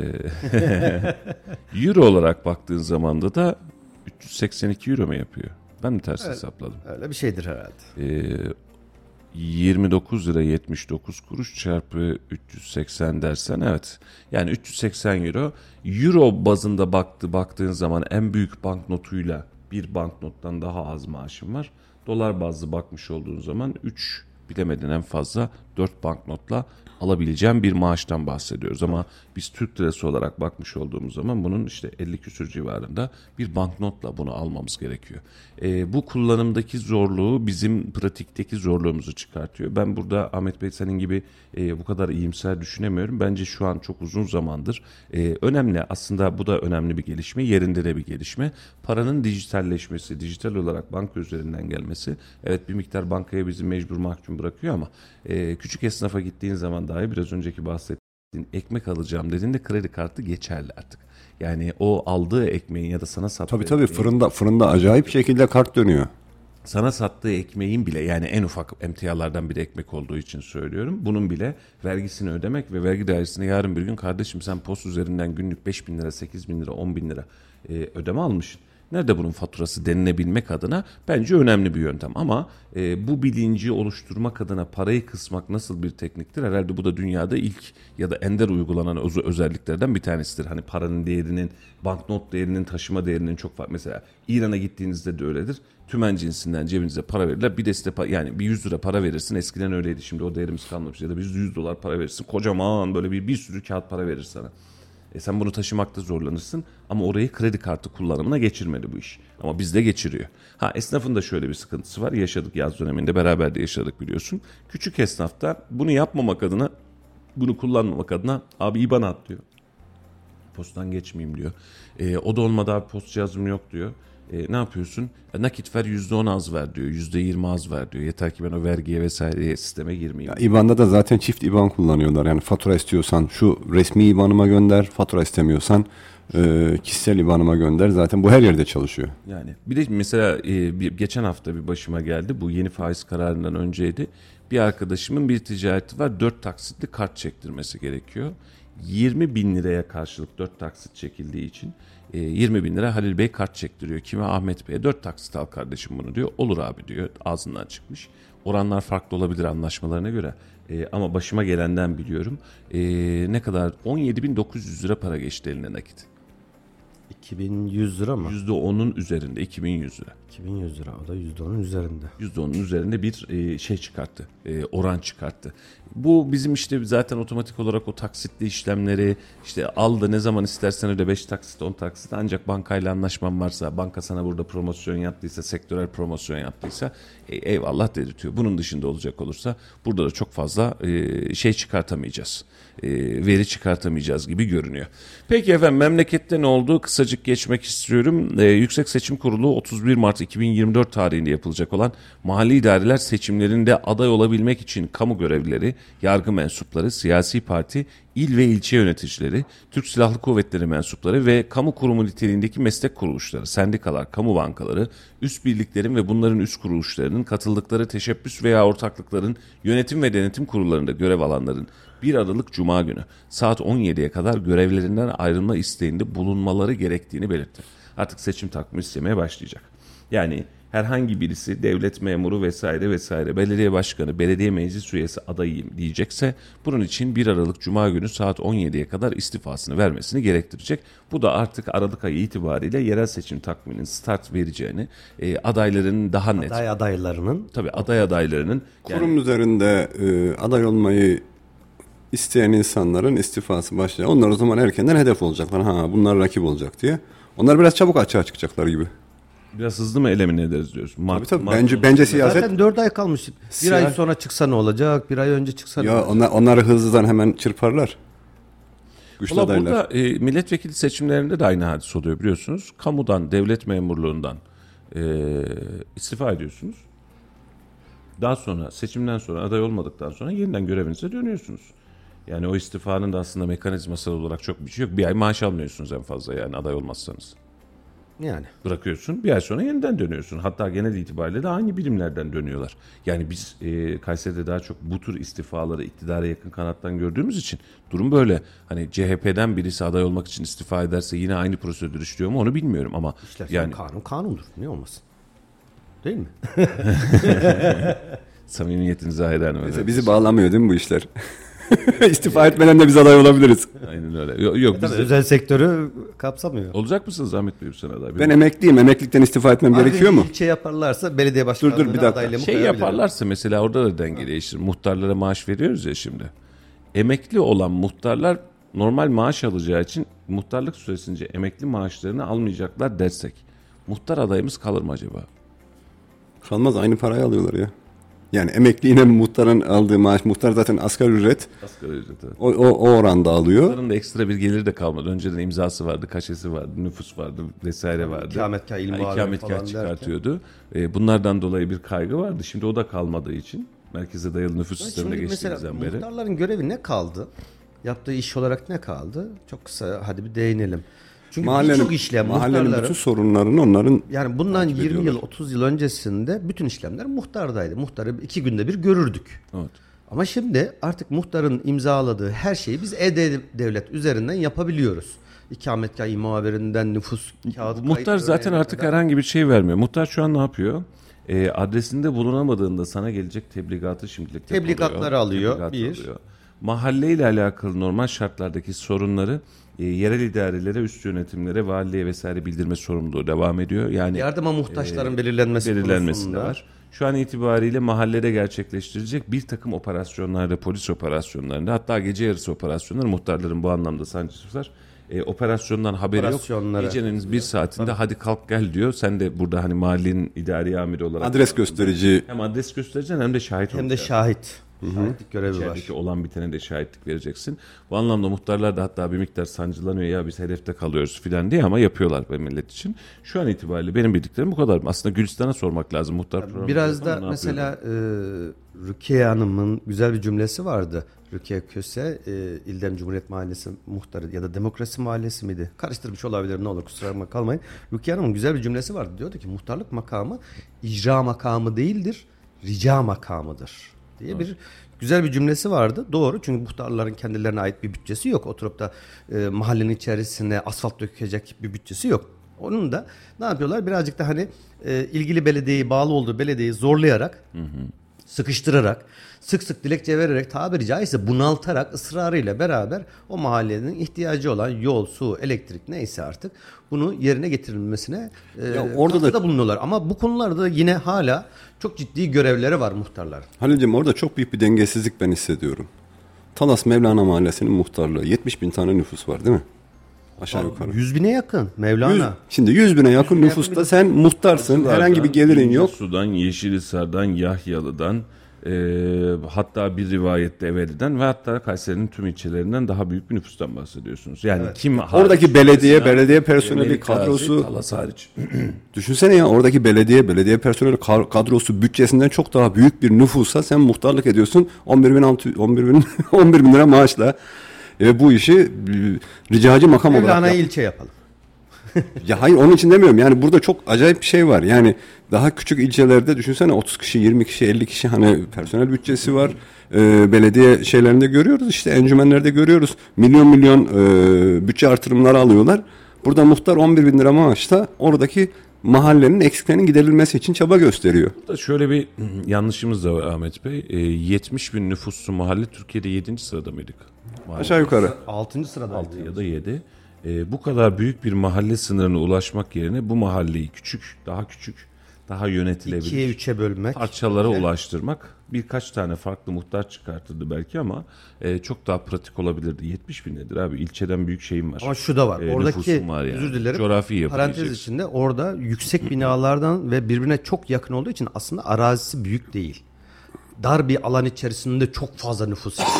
Euro olarak baktığın zaman da 382 euro mu yapıyor? Ben mi ters hesapladım? Öyle bir şeydir herhalde. 29 lira 79 kuruş çarpı 380 dersen evet. Yani 380 euro. Euro bazında baktığın zaman en büyük banknotuyla bir banknottan daha az maaşım var. Dolar bazlı bakmış olduğun zaman 3 bilemedin en fazla 4 banknotla alabileceğim bir maaştan bahsediyoruz. Ama biz Türk lirası olarak bakmış olduğumuz zaman bunun işte 50 küsür civarında bir banknotla bunu almamız gerekiyor. Bu kullanımdaki zorluğu bizim pratikteki zorluğumuzu çıkartıyor. Ben burada Ahmet Bey senin gibi bu kadar iyimser düşünemiyorum. Bence şu an çok uzun zamandır önemli, aslında bu da önemli bir gelişme, yerinde de bir gelişme. Paranın dijitalleşmesi, dijital olarak banka üzerinden gelmesi, evet bir miktar bankaya bizi mecbur mahkum bırakıyor ama küçük esnafa gittiğin zaman dahi biraz önceki bahsettiğin ekmek alacağım dediğinde kredi kartı geçerli artık. Yani o aldığı ekmeğin ya da sana sattığı Tabii ekmeğin, fırında acayip şekilde kart dönüyor. sana sattığı ekmeğin bile, yani en ufak emtialardan biri ekmek olduğu için söylüyorum, bunun bile vergisini ödemek ve vergi dairesine yarın bir gün kardeşim sen post üzerinden günlük 5.000 lira, 8.000 lira, 10.000 lira ödeme almışsın. Nerede bunun faturası denilebilmek adına bence önemli bir yöntem. Ama bu bilinci oluşturmak adına parayı kısmak nasıl bir tekniktir? Herhalde bu da dünyada ilk ya da ender uygulanan özelliklerden bir tanesidir. Hani paranın değerinin, banknot değerinin, taşıma değerinin çok farklı. Mesela İran'a gittiğinizde de öyledir. Tümen cinsinden cebinize para verirler. Bir de size yani bir 100 lira para verirsin. Eskiden öyleydi, şimdi o değerimiz kalmamış. Ya da bir 100 dolar para verirsin. Kocaman böyle bir sürü kağıt para verir sana. Sen bunu taşımakta zorlanırsın ama orayı kredi kartı kullanımına geçirmedi bu iş. Ama bizde geçiriyor. Esnafın da şöyle bir sıkıntısı var. Yaşadık, yaz döneminde beraber de yaşadık biliyorsun. Küçük esnafta bunu yapmamak adına, bunu kullanmamak adına abi IBAN at diyor. Posttan geçmeyeyim diyor. O da olmadı abi, post cihazım yok diyor. Ne yapıyorsun? Nakit ver, %10 az ver diyor. %20 az ver diyor. Yeter ki ben o vergiye vesaire sisteme girmeyeyim. Ya, IBAN'da da zaten çift IBAN kullanıyorlar. Yani fatura istiyorsan şu resmi IBAN'ıma gönder, fatura istemiyorsan kişisel IBAN'ıma gönder. Zaten bu her yerde çalışıyor. Yani bir de mesela geçen hafta bir başıma geldi. Bu yeni faiz kararından önceydi. Bir arkadaşımın bir ticareti var. 4 taksitli kart çektirmesi gerekiyor. 20.000 liraya karşılık 4 taksit çekildiği için 20.000 lira Halil Bey kart çektiriyor. Kime? Ahmet Bey'e. 4 taksit al kardeşim bunu diyor. Olur abi diyor. Ağzından çıkmış. Oranlar farklı olabilir anlaşmalarına göre. Ama başıma gelenden biliyorum. Ne kadar? 17.900 lira para geçti eline nakit. 2100 lira mı? %10'un üzerinde 2100 lira. 2100 lira, o da %10'un üzerinde. %10'un üzerinde bir şey çıkarttı. Oran çıkarttı. Bu bizim işte zaten otomatik olarak o taksitli işlemleri işte al da ne zaman istersen öde, 5 taksit 10 taksit, ancak bankayla anlaşman varsa, banka sana burada promosyon yaptıysa, sektörel promosyon yaptıysa eyvallah dedirtiyor. Bunun dışında olacak olursa burada da çok fazla şey çıkartamayacağız. Veri çıkartamayacağız gibi görünüyor. Peki efendim, memlekette ne oldu? Kısacık geçmek istiyorum. Yüksek Seçim Kurulu 31 Mart 2024 tarihinde yapılacak olan mahalli idareler seçimlerinde aday olabilmek için kamu görevlileri, yargı mensupları, siyasi parti, il ve ilçe yöneticileri, Türk Silahlı Kuvvetleri mensupları ve kamu kurumu niteliğindeki meslek kuruluşları, sendikalar, kamu bankaları, üst birliklerin ve bunların üst kuruluşlarının katıldıkları teşebbüs veya ortaklıkların yönetim ve denetim kurullarında görev alanların 1 Aralık Cuma günü saat 17'ye kadar görevlerinden ayrılma isteğinde bulunmaları gerektiğini belirtti. Artık seçim takvimi istemeye başlayacak. Yani herhangi birisi, devlet memuru vesaire vesaire, belediye başkanı, belediye meclis üyesi adayıyım diyecekse bunun için 1 Aralık Cuma günü saat 17'ye kadar istifasını vermesini gerektirecek. Bu da artık Aralık ayı itibariyle yerel seçim takviminin start vereceğini, adayların daha net. Adaylarının. Tabii aday adaylarının. Kurum üzerinde aday olmayı isteyen insanların istifası başlayacak. Onlar o zaman erkenden hedef olacaklar. Bunlar rakip olacak diye. Onlar biraz çabuk açığa çıkacaklar gibi. Biraz hızlı mı elimine ederiz diyorsun? Bence siyaset. Zaten 4 ay kalmış. Bir ay sonra çıksa ne olacak? Bir ay önce çıksa ne olacak? Onları hızlıdan hemen çırparlar. Güçlü adaylar. Burada milletvekili seçimlerinde de aynı hadis oluyor biliyorsunuz. Kamudan, devlet memurluğundan istifa ediyorsunuz. Daha sonra seçimden sonra aday olmadıktan sonra yeniden görevinize dönüyorsunuz. Yani o istifanın da aslında mekanizmasal olarak çok bir şey yok. Bir ay maaş almıyorsunuz en fazla, yani aday olmazsanız. Yani. Bırakıyorsun, bir ay sonra yeniden dönüyorsun. Hatta genel itibariyle de aynı birimlerden dönüyorlar. Yani biz Kayseri'de daha çok bu tür istifaları iktidara yakın kanattan gördüğümüz için durum böyle. Hani CHP'den birisi aday olmak için istifa ederse yine aynı prosedür işliyor mu onu bilmiyorum ama. Yani kanundur. Niye olmasın? Değil mi? Samimiyetinize hayranım. Bizi bağlamıyor değil mi bu işler? İstifa etmeden de biz aday olabiliriz. Aynen öyle. Yok biz Özel sektörü kapsamıyor. olacak mısınız Ahmet Bey bu sene aday? Ben emekliyim. Emeklilikten istifa etmem gerekiyor mu? İlçe yaparlarsa belediye başkanlığına bir dakika. adaylığımı Şey koyabilirim. yaparlarsa mesela orada da denge değişir. Muhtarlara maaş veriyoruz ya şimdi. Emekli olan muhtarlar normal maaş alacağı için muhtarlık süresince emekli maaşlarını almayacaklar dersek. Muhtar adayımız kalır mı acaba? Kalmaz, aynı parayı alıyorlar ya. Yani emekli yine muhtarın aldığı maaş, muhtar zaten asgari ücret. Asgari ücret. Evet. O oranda alıyor. Muhtarın da ekstra bir geliri de kalmadı. Önceden imzası vardı, kaşesi vardı, nüfus vardı vesaire vardı. İkametgah, il muavini İkametgah falan çıkartıyordu. Bunlardan dolayı bir kaygı vardı. Şimdi o da kalmadığı için merkeze dayalı nüfus sistemine Şimdi mesela geçtiğimizden beri. muhtarların görevi ne kaldı? Yaptığı iş olarak ne kaldı? Çok kısa hadi bir değinelim. Çünkü birçok işlem mahallenin muhtarların, bütün sorunlarını onların yani bundan takip 20 yıl ediyorlar. 30 yıl öncesinde bütün işlemler muhtardaydı. Muhtarı 2 günde bir görürdük. Evet. Ama şimdi artık muhtarın imzaladığı her şeyi biz e-devlet üzerinden yapabiliyoruz. İkametgah imaverinden nüfus kağıt Muhtar kayıt zaten örneğine artık kadar. herhangi bir şey vermiyor. Muhtar şu an ne yapıyor? Adresinde bulunamadığında sana gelecek tebligatı şimdilik Tebligatları alıyor, bir. alıyor. Mahalleyle alakalı normal şartlardaki sorunları yerel idarelere, üst yönetimlere, valiliğe vesaire bildirme sorumluluğu devam ediyor. Yani Yardıma muhtaçların belirlenmesi belirlenmesi de konusunda var. Şu an itibariyle mahallede gerçekleştirecek bir takım operasyonlarda, polis operasyonlarında, hatta gece yarısı operasyonlar, muhtarların bu anlamda sancısı var. Operasyondan haberi yok. Operasyonlara. Gecenin bir saatinde hadi kalk gel diyor. Sen de burada hani mahallenin idari amiri olarak adres gösterici. hem adres göstereceksin hem de şahit hem de olacaksın. şahit. Şahitlik görevi var. İçerideki olan bitene de şahitlik vereceksin. Bu anlamda muhtarlar da hatta bir miktar sancılanıyor, ya biz hedefte kalıyoruz filan diye, ama yapıyorlar be millet için. Şu an itibariyle benim bildiklerim bu kadar. Aslında Gülistan'a sormak lazım muhtar programı. Biraz ama da ne mesela Rukiye Hanım'ın güzel bir cümlesi vardı. Rukiye Köse, İldem Cumhuriyet Mahallesi muhtarı ya da Demokrasi Mahallesi miydi? Karıştırmış olabilir, ne olur kusura kalmayın. Rukiye Hanım'ın güzel bir cümlesi vardı. Diyordu ki muhtarlık makamı icra makamı değildir, rica makamıdır diye bir güzel bir cümlesi vardı. Doğru, çünkü muhtarların kendilerine ait bir bütçesi yok. Oturup da mahallenin içerisine asfalt dökecek bir bütçesi yok. Onun da ne yapıyorlar? Birazcık da hani ilgili belediyeyi, bağlı olduğu belediyeyi zorlayarak, sıkıştırarak, sık sık dilekçe vererek, tabiri caizse bunaltarak, ısrarıyla beraber o mahallenin ihtiyacı olan yol, su, elektrik neyse artık bunu yerine getirilmesine orada da bulunuyorlar. Ama bu konularda yine hala çok ciddi görevleri var muhtarlar. Halil'cim, orada çok büyük bir dengesizlik ben hissediyorum. Talas Mevlana Mahallesi'nin muhtarlığı 70 bin tane nüfus var değil mi? Aşağı yukarı. 100.000'e yakın Mevlana. Şimdi 100 bine yakın nüfusta sen muhtarsın. Herhangi bir gelirin yok. Sudan, Yeşilhisar'dan, Yahyalı'dan, hatta bir rivayette Eveli'den ve hatta Kayseri'nin tüm ilçelerinden daha büyük bir nüfustan bahsediyorsunuz. Yani kim Oradaki hariç belediye mesela, personeli Melik Gazi, kadrosu, Talas hariç. düşünsene ya, oradaki belediye personeli kadrosu bütçesinden çok daha büyük bir nüfusa sen muhtarlık ediyorsun 11 bin lira maaşla. Bu işi ricacı makam olarak Mevlana'yı ilçe yapalım. Ya hayır, onun için demiyorum. Yani burada çok acayip bir şey var. Yani daha küçük ilçelerde düşünsene 30 kişi, 20 kişi, 50 kişi hani personel bütçesi var. Belediye şeylerinde görüyoruz, işte encümenlerde görüyoruz. Milyon bütçe artırımları alıyorlar. Burada muhtar 11 bin lira maaşla oradaki mahallenin eksiklerinin giderilmesi için çaba gösteriyor. Burada şöyle bir yanlışımız da var Ahmet Bey. 70 bin nüfuslu mahalle Türkiye'de 7. sırada mıydık? Aşağı yukarı. 6. sırada. 6 ya da 7. Bu kadar büyük bir mahalle sınırına ulaşmak yerine bu mahalleyi daha küçük, daha yönetilebilir 2'ye 3'e bölmek. parçalara ulaştırmak birkaç tane farklı muhtar çıkartırdı belki, ama çok daha pratik olabilirdi. 70 bin nedir abi? İlçeden büyük şeyim var. Ama şu da var. Oradaki, nüfusum var yani. özür dilerim, Coğrafi yapı parantez diyeceksin. içinde orada yüksek binalardan ve birbirine çok yakın olduğu için aslında arazisi büyük değil. Dar bir alan içerisinde çok fazla nüfus var.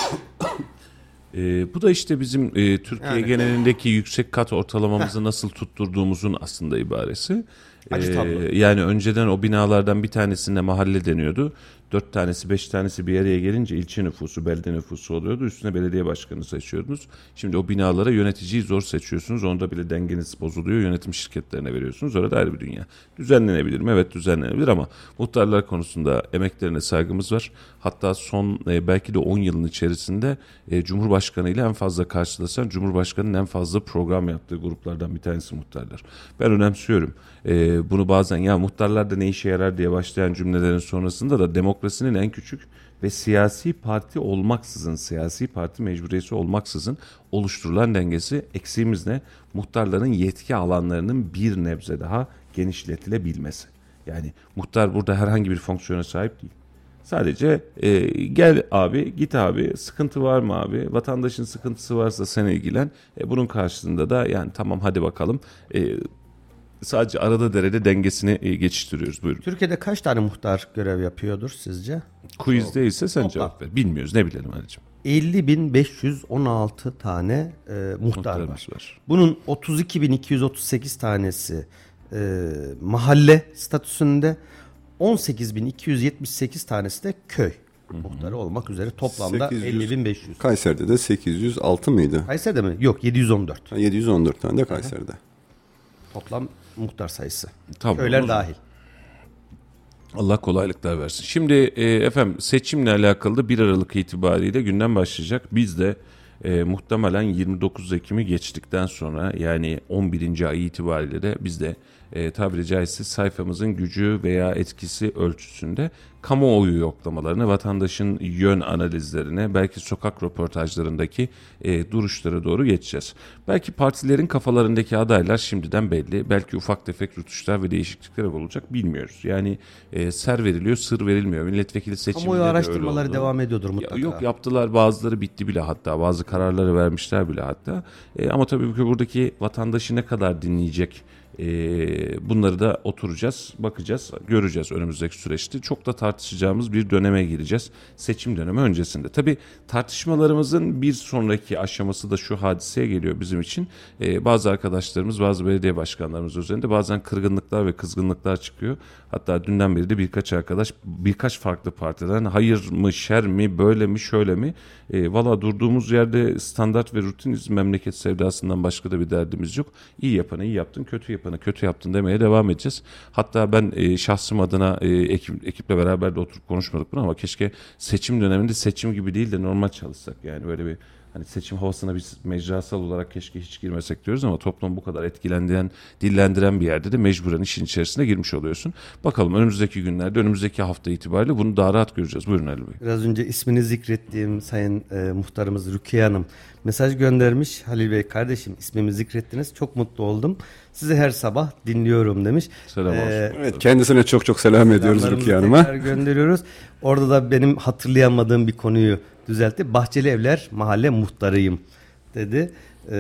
Bu da işte bizim Türkiye genelindeki yüksek kat ortalamamızı nasıl tutturduğumuzun aslında ibaresi. Acı tablo. Yani önceden o binalardan bir tanesinde mahalle deniyordu. 4 tanesi 5 tanesi bir araya gelince ilçe nüfusu, belde nüfusu oluyordu. Üstüne belediye başkanı seçiyordunuz. Şimdi o binalara yöneticiyi zor seçiyorsunuz. Onda bile dengeniz bozuluyor. Yönetim şirketlerine veriyorsunuz. Orada ayrı bir dünya. Düzenlenebilir mi? Evet, düzenlenebilir, ama muhtarlar konusunda emeklerine saygımız var. Hatta son belki de 10 yılın içerisinde Cumhurbaşkanı ile en fazla karşılaşan, Cumhurbaşkanı'nın en fazla program yaptığı gruplardan bir tanesi muhtarlar. Ben önemsiyorum. Bunu bazen ya muhtarlar da ne işe yarar diye başlayan cümlelerin sonrasında da demokrasinin en küçük ve siyasi parti olmaksızın, siyasi parti mecburiyeti olmaksızın oluşturulan dengesi. Eksiğimiz ne? Muhtarların yetki alanlarının bir nebze daha genişletilebilmesi. Yani muhtar burada herhangi bir fonksiyona sahip değil. Sadece gel abi, git abi, sıkıntı var mı abi, vatandaşın sıkıntısı varsa sen ilgilen. Bunun karşılığında da yani tamam hadi bakalım. Sadece arada derede dengesini geçiştiriyoruz. Buyurun. Türkiye'de kaç tane muhtar görev yapıyordur sizce? Quiz değilse sen Toplam. cevap ver. Bilmiyoruz, ne bilelim Ali'cim. 50.516 tane muhtar var. Bunun 32.238 tanesi mahalle statüsünde, 18.278 tanesi de köy muhtarı olmak üzere toplamda 50.500. Kayseri'de de 806 mıydı? Kayseri'de mi? Yok, 714. 714 tane de Kayseri'de. Toplam muhtar sayısı. Tamam, Köyler dahil. Allah kolaylıklar versin. Şimdi efendim seçimle alakalı da 1 Aralık itibariyle gündem başlayacak. Biz de muhtemelen 29 Ekim'i geçtikten sonra yani 11. ay itibariyle de biz de tabiri caizse sayfamızın gücü veya etkisi ölçüsünde kamuoyu yoklamalarına, vatandaşın yön analizlerine, belki sokak röportajlarındaki duruşlara doğru geçeceğiz. Belki partilerin kafalarındaki adaylar şimdiden belli. Belki ufak tefek rutuşlar ve değişiklikler olacak, bilmiyoruz. Yani ser veriliyor, sır verilmiyor. Milletvekili seçiminde kamuoyu de öyle araştırmaları oldu. devam ediyordur mutlaka. Yok, yaptılar, bazıları bitti bile, hatta bazı kararları vermişler bile hatta. Ama tabii ki buradaki vatandaşı ne kadar dinleyecek, bunları da oturacağız, bakacağız, göreceğiz önümüzdeki süreçte. Çok da tartışacağımız bir döneme gireceğiz. Seçim dönemi öncesinde. Tabii tartışmalarımızın bir sonraki aşaması da şu hadiseye geliyor bizim için. Bazı arkadaşlarımız, bazı belediye başkanlarımız üzerinde bazen kırgınlıklar ve kızgınlıklar çıkıyor. Hatta dünden beri de birkaç arkadaş birkaç farklı partiden hayır mı, şer mi, böyle mi, şöyle mi? Valla durduğumuz yerde standart ve rutiniz, memleket sevdasından başka da bir derdimiz yok. İyi yapanı iyi yaptın, kötü yapanı kötü yaptın demeye devam edeceğiz. Hatta ben şahsım adına ekiple beraber de oturup konuşmadık bunu ama keşke seçim döneminde seçim gibi değil de normal çalışsak. Yani böyle bir hani seçim havasına biz mecrasal olarak keşke hiç girmesek diyoruz ama toplum bu kadar etkilendiren, dillendiren bir yerde de mecburen işin içerisine girmiş oluyorsun. Bakalım önümüzdeki günlerde, önümüzdeki hafta itibariyle bunu daha rahat göreceğiz. Buyurun Ali Bey. Biraz önce ismini zikrettiğim sayın muhtarımız Rukiye Hanım mesaj göndermiş. Halil Bey kardeşim, ismimi zikrettiniz. Çok mutlu oldum. Sizi her sabah dinliyorum demiş. Selam olsun. Evet, kendisine çok çok selam ediyoruz Rukiye Hanım'a. Gönderiyoruz. Orada da benim hatırlayamadığım bir konuyu düzeltti. Bahçeli Evler mahalle muhtarıyım dedi.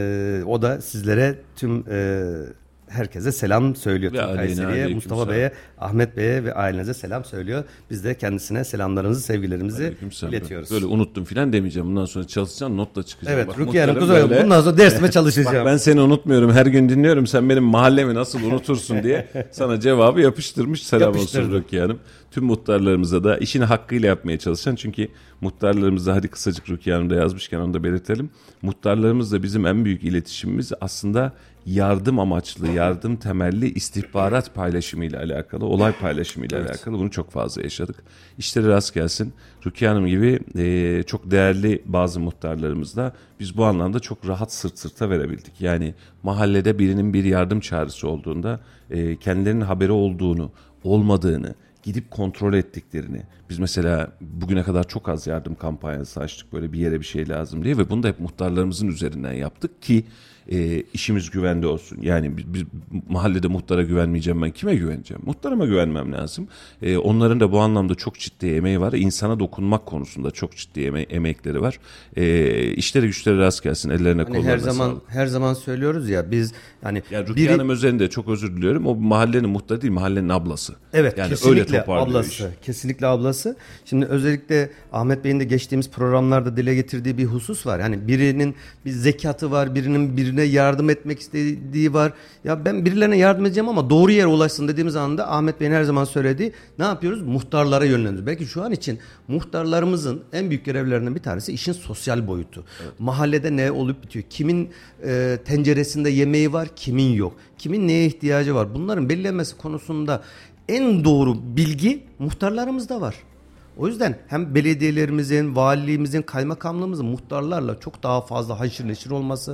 O da sizlere tüm herkese selam söylüyor. Kayseri'ye, Mustafa Bey'e, Ahmet Bey'e ve ailenize selam söylüyor. Biz de kendisine selamlarımızı, sevgilerimizi iletiyoruz. Böyle unuttum filan demeyeceğim. Bundan sonra çalışacağım, notla çıkacağım. Evet, Bak, Rukiye Hanım kızım, bundan sonra dersime çalışacağım. Bak, ben seni unutmuyorum. Her gün dinliyorum. Sen benim mahallemi nasıl unutursun diye sana cevabı yapıştırmış. Selam olsun Rukiye Hanım. Tüm muhtarlarımıza da işini hakkıyla yapmaya çalışan, çünkü muhtarlarımıza, hadi kısacık Rukiye Hanım da yazmışken onu da belirtelim. Muhtarlarımızla bizim en büyük iletişimimiz aslında yardım amaçlı, yardım temelli istihbarat paylaşımıyla alakalı, olay paylaşımıyla alakalı. Bunu çok fazla yaşadık. İşleri rast gelsin. Rukiye Hanım gibi çok değerli bazı muhtarlarımızla biz bu anlamda çok rahat sırt sırta verebildik. Yani mahallede birinin bir yardım çağrısı olduğunda kendilerinin haberi olduğunu, olmadığını, gidip kontrol ettiklerini. Biz mesela bugüne kadar çok az yardım kampanyası açtık, böyle bir yere bir şey lazım diye ve bunu da hep muhtarlarımızın üzerinden yaptık ki işimiz güvende olsun. Yani biz mahallede muhtara güvenmeyeceğim, ben kime güveneceğim? Muhtarıma güvenmem lazım. Onların da bu anlamda çok ciddi emeği var. İnsana dokunmak konusunda çok ciddi emekleri var. İşleri güçleri rast gelsin. Ellerine hani kollarına sağlık. her zaman söylüyoruz ya biz hani yani Rukiye Hanım özelinde çok özür diliyorum. O mahallenin muhtarı değil, mahallenin ablası. Evet, yani kesinlikle öyle ablası. Işi. Kesinlikle ablası. Şimdi özellikle Ahmet Bey'in de geçtiğimiz programlarda dile getirdiği bir husus var. Hani birinin bir zekatı var, birine yardım etmek istediği var. Ya ben birilerine yardım edeceğim ama doğru yere ulaşsın dediğimiz anda Ahmet Bey'in her zaman söylediği, ne yapıyoruz? Muhtarlara yönlendiriyoruz. Belki şu an için muhtarlarımızın en büyük görevlerinden bir tanesi işin sosyal boyutu. Evet. Mahallede ne olup bitiyor? Kimin tenceresinde yemeği var, kimin yok? Kimin neye ihtiyacı var? Bunların belirlenmesi konusunda en doğru bilgi muhtarlarımızda var. O yüzden hem belediyelerimizin, valiliğimizin, kaymakamlığımızın muhtarlarla çok daha fazla haşır neşir olması,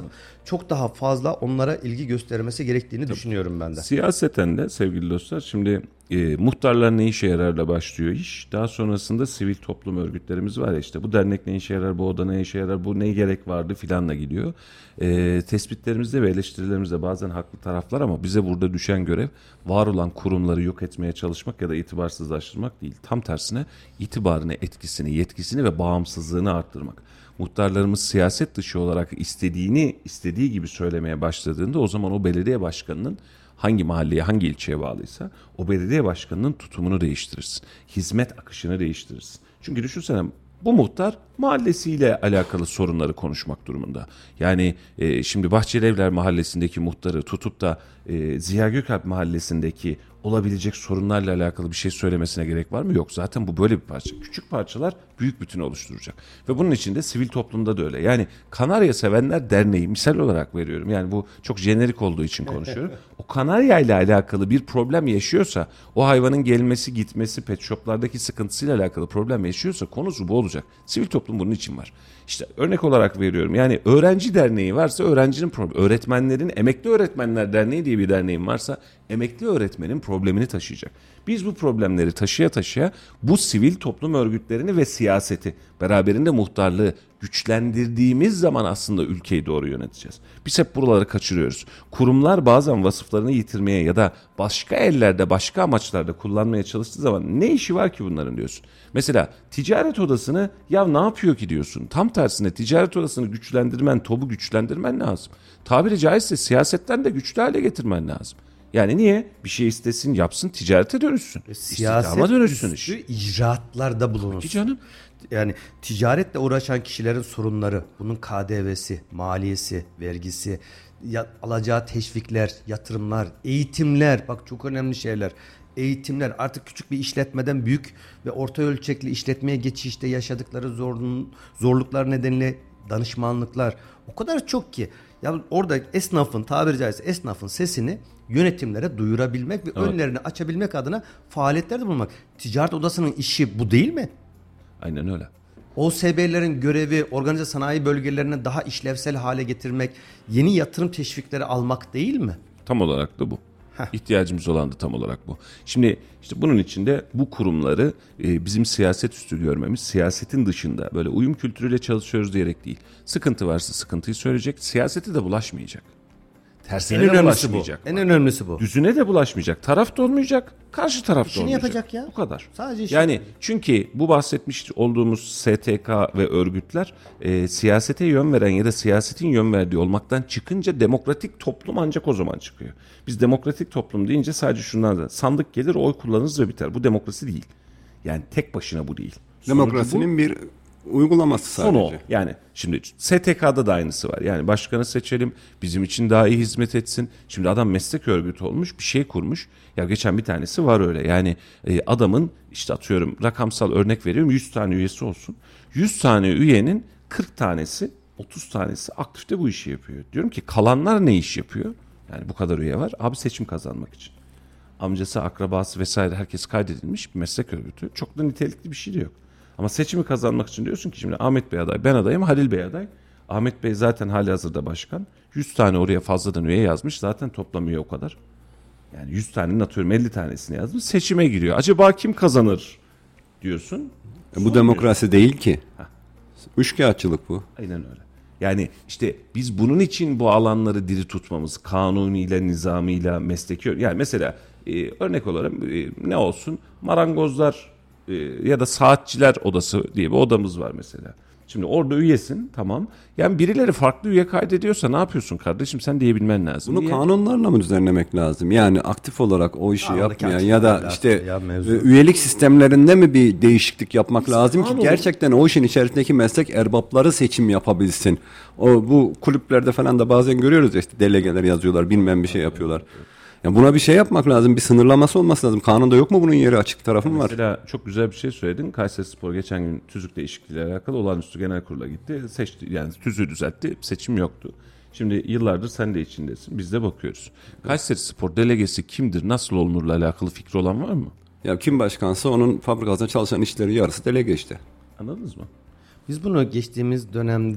çok daha fazla onlara ilgi göstermesi gerektiğini düşünüyorum ben de. Siyaseten de sevgili dostlar, şimdi muhtarlar ne işe yararla başlıyor iş. Daha sonrasında sivil toplum örgütlerimiz var ya, işte bu dernek ne işe yarar, bu oda ne işe yarar, bu ne gerek vardı filanla gidiyor. Tespitlerimizde ve eleştirilerimizde bazen haklı taraflar, ama bize burada düşen görev var olan kurumları yok etmeye çalışmak ya da itibarsızlaştırmak değil. Tam tersine itibarını, etkisini, yetkisini ve bağımsızlığını arttırmak. Muhtarlarımız siyaset dışı olarak istediği gibi söylemeye başladığında, o zaman o belediye başkanının hangi mahalleye, hangi ilçeye bağlıysa o belediye başkanının tutumunu değiştirirsin. Hizmet akışını değiştirirsin. Çünkü düşünsene, bu muhtar mahallesiyle alakalı sorunları konuşmak durumunda. Yani şimdi Bahçelievler mahallesindeki muhtarı tutup da Ziya Gökalp mahallesindeki olabilecek sorunlarla alakalı bir şey söylemesine gerek var mı? Yok. Zaten bu böyle bir parça. Küçük parçalar büyük bütünü oluşturacak. Ve bunun için de sivil toplumda da öyle. Yani Kanarya Sevenler Derneği misal olarak veriyorum. Yani bu çok jenerik olduğu için konuşuyorum. O kanarya ile alakalı bir problem yaşıyorsa, o hayvanın gelmesi gitmesi, pet shoplardaki sıkıntısıyla alakalı problem yaşıyorsa konusu bu olacak. Sivil toplum bunun için var. İşte örnek olarak veriyorum. Yani öğrenci derneği varsa öğrencinin problemi. Öğretmenlerin, Emekli Öğretmenler Derneği diye bir derneğim varsa emekli öğretmenin problemini taşıyacak. Biz bu problemleri taşıya taşıya bu sivil toplum örgütlerini ve siyaseti, beraberinde muhtarlığı güçlendirdiğimiz zaman aslında ülkeyi doğru yöneteceğiz. Biz hep buraları kaçırıyoruz. Kurumlar bazen vasıflarını yitirmeye ya da başka ellerde, başka amaçlarda kullanmaya çalıştığı zaman ne işi var ki bunların diyorsun. Mesela ticaret odasını ya ne yapıyor ki diyorsun. Tam tersine ticaret odasını güçlendirmen, TOB'u güçlendirmen lazım. Tabiri caizse siyasetten de güçlü hale getirmen lazım. Yani niye? Bir şey istesin, yapsın, ticarete dönüşsün. İstihdama dönüşsün iş. İcraatlarda bulunsun. Peki canım. Yani ticaretle uğraşan kişilerin sorunları, bunun KDV'si, maliyesi, vergisi, alacağı teşvikler, yatırımlar, eğitimler, bak çok önemli şeyler. Eğitimler, artık küçük bir işletmeden büyük ve orta ölçekli işletmeye geçişte yaşadıkları zorluklar nedeniyle danışmanlıklar o kadar çok ki. Ya orada esnafın, tabiri caizse esnafın sesini yönetimlere duyurabilmek ve önlerini açabilmek adına faaliyetlerde bulunmak. Ticaret odasının işi bu değil mi? Aynen öyle. OSB'lerin görevi organize sanayi bölgelerine daha işlevsel hale getirmek, yeni yatırım teşvikleri almak değil mi? Tam olarak da bu. İhtiyacımız olan da tam olarak bu. Şimdi işte bunun için de bu kurumları bizim siyaset üstü görmemiz, siyasetin dışında böyle uyum kültürüyle çalışıyoruz diyerek değil. Sıkıntı varsa sıkıntıyı söyleyecek, siyasete de bulaşmayacak. Tersine de bulaşmayacak. En önemlisi bu. Düzüne de bulaşmayacak. Taraf da olmayacak, karşı taraf da İşini olmayacak. yapacak ya. Bu kadar. Sadece işini yani yapacak. çünkü bu bahsetmiş olduğumuz STK ve örgütler siyasete yön veren ya da siyasetin yön verdiği olmaktan çıkınca demokratik toplum ancak o zaman çıkıyor. Biz demokratik toplum deyince sadece şundan da sandık gelir, oy kullanırız ve biter. Bu demokrasi değil. Yani tek başına bu değil. Demokrasinin bir uygulaması sadece. Sonu o. Yani şimdi STK'da da aynısı var. Yani başkanı seçelim, bizim için daha iyi hizmet etsin. Şimdi adam meslek örgütü olmuş, bir şey kurmuş. Ya geçen bir tanesi var öyle. Yani adamın işte atıyorum rakamsal örnek veriyorum 100 tane üyesi olsun. 100 tane üyenin 40 tanesi, 30 tanesi aktifte bu işi yapıyor. Diyorum ki kalanlar ne iş yapıyor? Yani bu kadar üye var. Abi seçim kazanmak için. Amcası, akrabası vesaire herkes kaydedilmiş bir meslek örgütü. Çok da nitelikli bir şey de yok. Ama seçimi kazanmak için diyorsun ki şimdi Ahmet Bey aday, ben adayım, Halil Bey aday. Ahmet Bey zaten halihazırda başkan. 100 tane oraya fazladan üye yazmış. Zaten toplam üye o kadar. Yani 100 tanenin atıyorum 50 tanesini yazmış. Seçime giriyor. Acaba kim kazanır diyorsun. Bu demokrasi değil ki. Üçkağıtçılık bu. Aynen öyle. Yani işte biz bunun için bu alanları diri tutmamız, kanuniyle, nizamıyla, mesleki... Yani mesela örnek olarak ne olsun? Marangozlar ya da saatçiler odası diye bir odamız var mesela. Şimdi orada üyesin, tamam. Yani birileri farklı üye kaydediyorsa ne yapıyorsun kardeşim? Sen diyebilmen lazım. Bunu kanunlarla mı düzenlemek lazım? Yani aktif olarak o işi yapmayan ya da işte üyelik sistemlerinde mi bir değişiklik yapmak lazım ki gerçekten o işin içerisindeki meslek erbapları seçim yapabilsin. Bu kulüplerde falan da bazen görüyoruz ya, işte delegeler yazıyorlar, bilmem bir şey yapıyorlar. Yani buna bir şey yapmak lazım. Bir sınırlaması olması lazım. Kanunda yok mu bunun yeri, açık tarafı mı var? Mesela çok güzel bir şey söyledin. Kayserispor geçen gün tüzük değişikliğiyle alakalı olağanüstü genel kurula gitti. Seçti, yani tüzüğü düzeltti. Seçim yoktu. Şimdi yıllardır sen de içindesin. Biz de bakıyoruz. Kayserispor delegesi kimdir, nasıl olunurla alakalı fikri olan var mı? Ya kim başkansa onun fabrikasında çalışan işleri yarısı delege işte. Anladınız mı? Biz bunu geçtiğimiz dönemde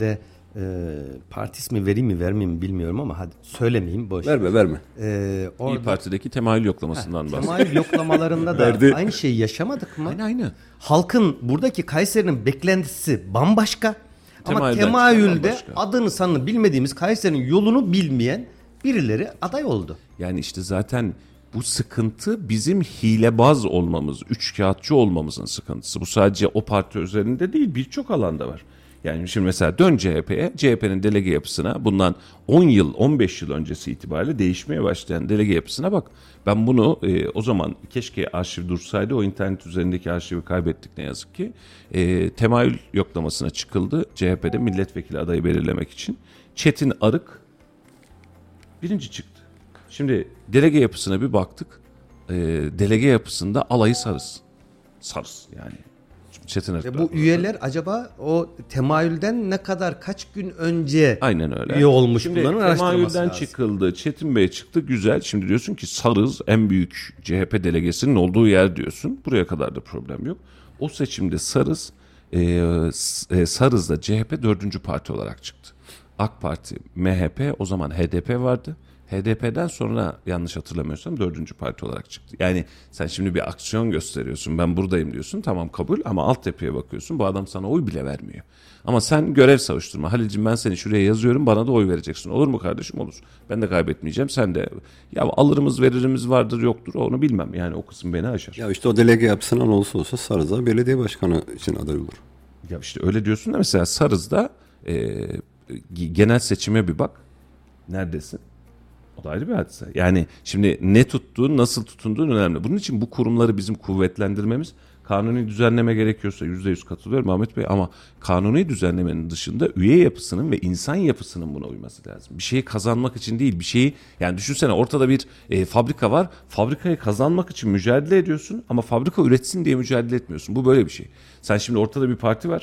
Parti ismi vereyim mi vermeyeyim mi bilmiyorum ama hadi söylemeyeyim boş. Verme. İYİ Parti'deki temayül yoklamasından bahsediyor. Temayül yoklamalarında da aynı şeyi yaşamadık mı? Aynı. Halkın buradaki Kayseri'nin beklentisi bambaşka. Ama Temayülden temayülde bambaşka. adını sanını bilmediğimiz Kayseri'nin yolunu bilmeyen birileri aday oldu. Yani işte zaten bu sıkıntı bizim hilebaz olmamız, üçkağıtçı olmamızın sıkıntısı. Bu sadece o parti üzerinde değil, birçok alanda var. Yani şimdi mesela dön CHP'ye, CHP'nin delege yapısına bundan 10 yıl, 15 yıl öncesi itibariyle değişmeye başlayan delege yapısına bak. Ben bunu o zaman keşke arşiv dursaydı, o internet üzerindeki arşivi kaybettik ne yazık ki. Temayül yoklamasına çıkıldı CHP'de milletvekili adayı belirlemek için. Çetin Arık birinci çıktı. Şimdi delege yapısına bir baktık. Delege yapısında alayı sarız. Sarız yani. Çetin Arık. Bu üyeler acaba o temayülden ne kadar kaç gün önce aynen öyle. üye olmuş Şimdi bunların araştırılması temayülden lazım. çıkıldı. Çetin Bey çıktı. Güzel. Şimdi diyorsun ki Sarız en büyük CHP delegesinin olduğu yer diyorsun. Buraya kadar da problem yok. O seçimde Sarız Sarız'da CHP 4. parti olarak çıktı. AK Parti, MHP, o zaman HDP vardı. HDP'den sonra yanlış hatırlamıyorsam 4. parti olarak çıktı. Yani sen şimdi bir aksiyon gösteriyorsun. Ben buradayım diyorsun. Tamam kabul ama altyapıya bakıyorsun. Bu adam sana oy bile vermiyor. Ama sen görev savuşturma. Halil'cim ben seni şuraya yazıyorum. Bana da oy vereceksin. Olur mu kardeşim? Olur. Ben de kaybetmeyeceğim. Sen de ya alırımız veririmiz vardır yoktur. Onu bilmem. Yani o kısım beni aşar. Ya işte o delege yapısından olsa Sarız'a belediye başkanı için aday olur. Ya işte öyle diyorsun da mesela Sarız'da genel seçime bir bak. Neredesin? O da ayrı bir hadise. Yani şimdi ne tuttuğun, nasıl tutunduğun önemli. Bunun için bu kurumları bizim kuvvetlendirmemiz, kanuni düzenleme gerekiyorsa %100 katılıyorum Ahmet Bey, ama kanuni düzenlemenin dışında üye yapısının ve insan yapısının buna uyması lazım. Bir şeyi kazanmak için değil, bir şeyi, yani düşünsene ortada bir fabrika var. Fabrikayı kazanmak için mücadele ediyorsun ama fabrika üretsin diye mücadele etmiyorsun. Bu böyle bir şey. Sen şimdi ortada bir parti var.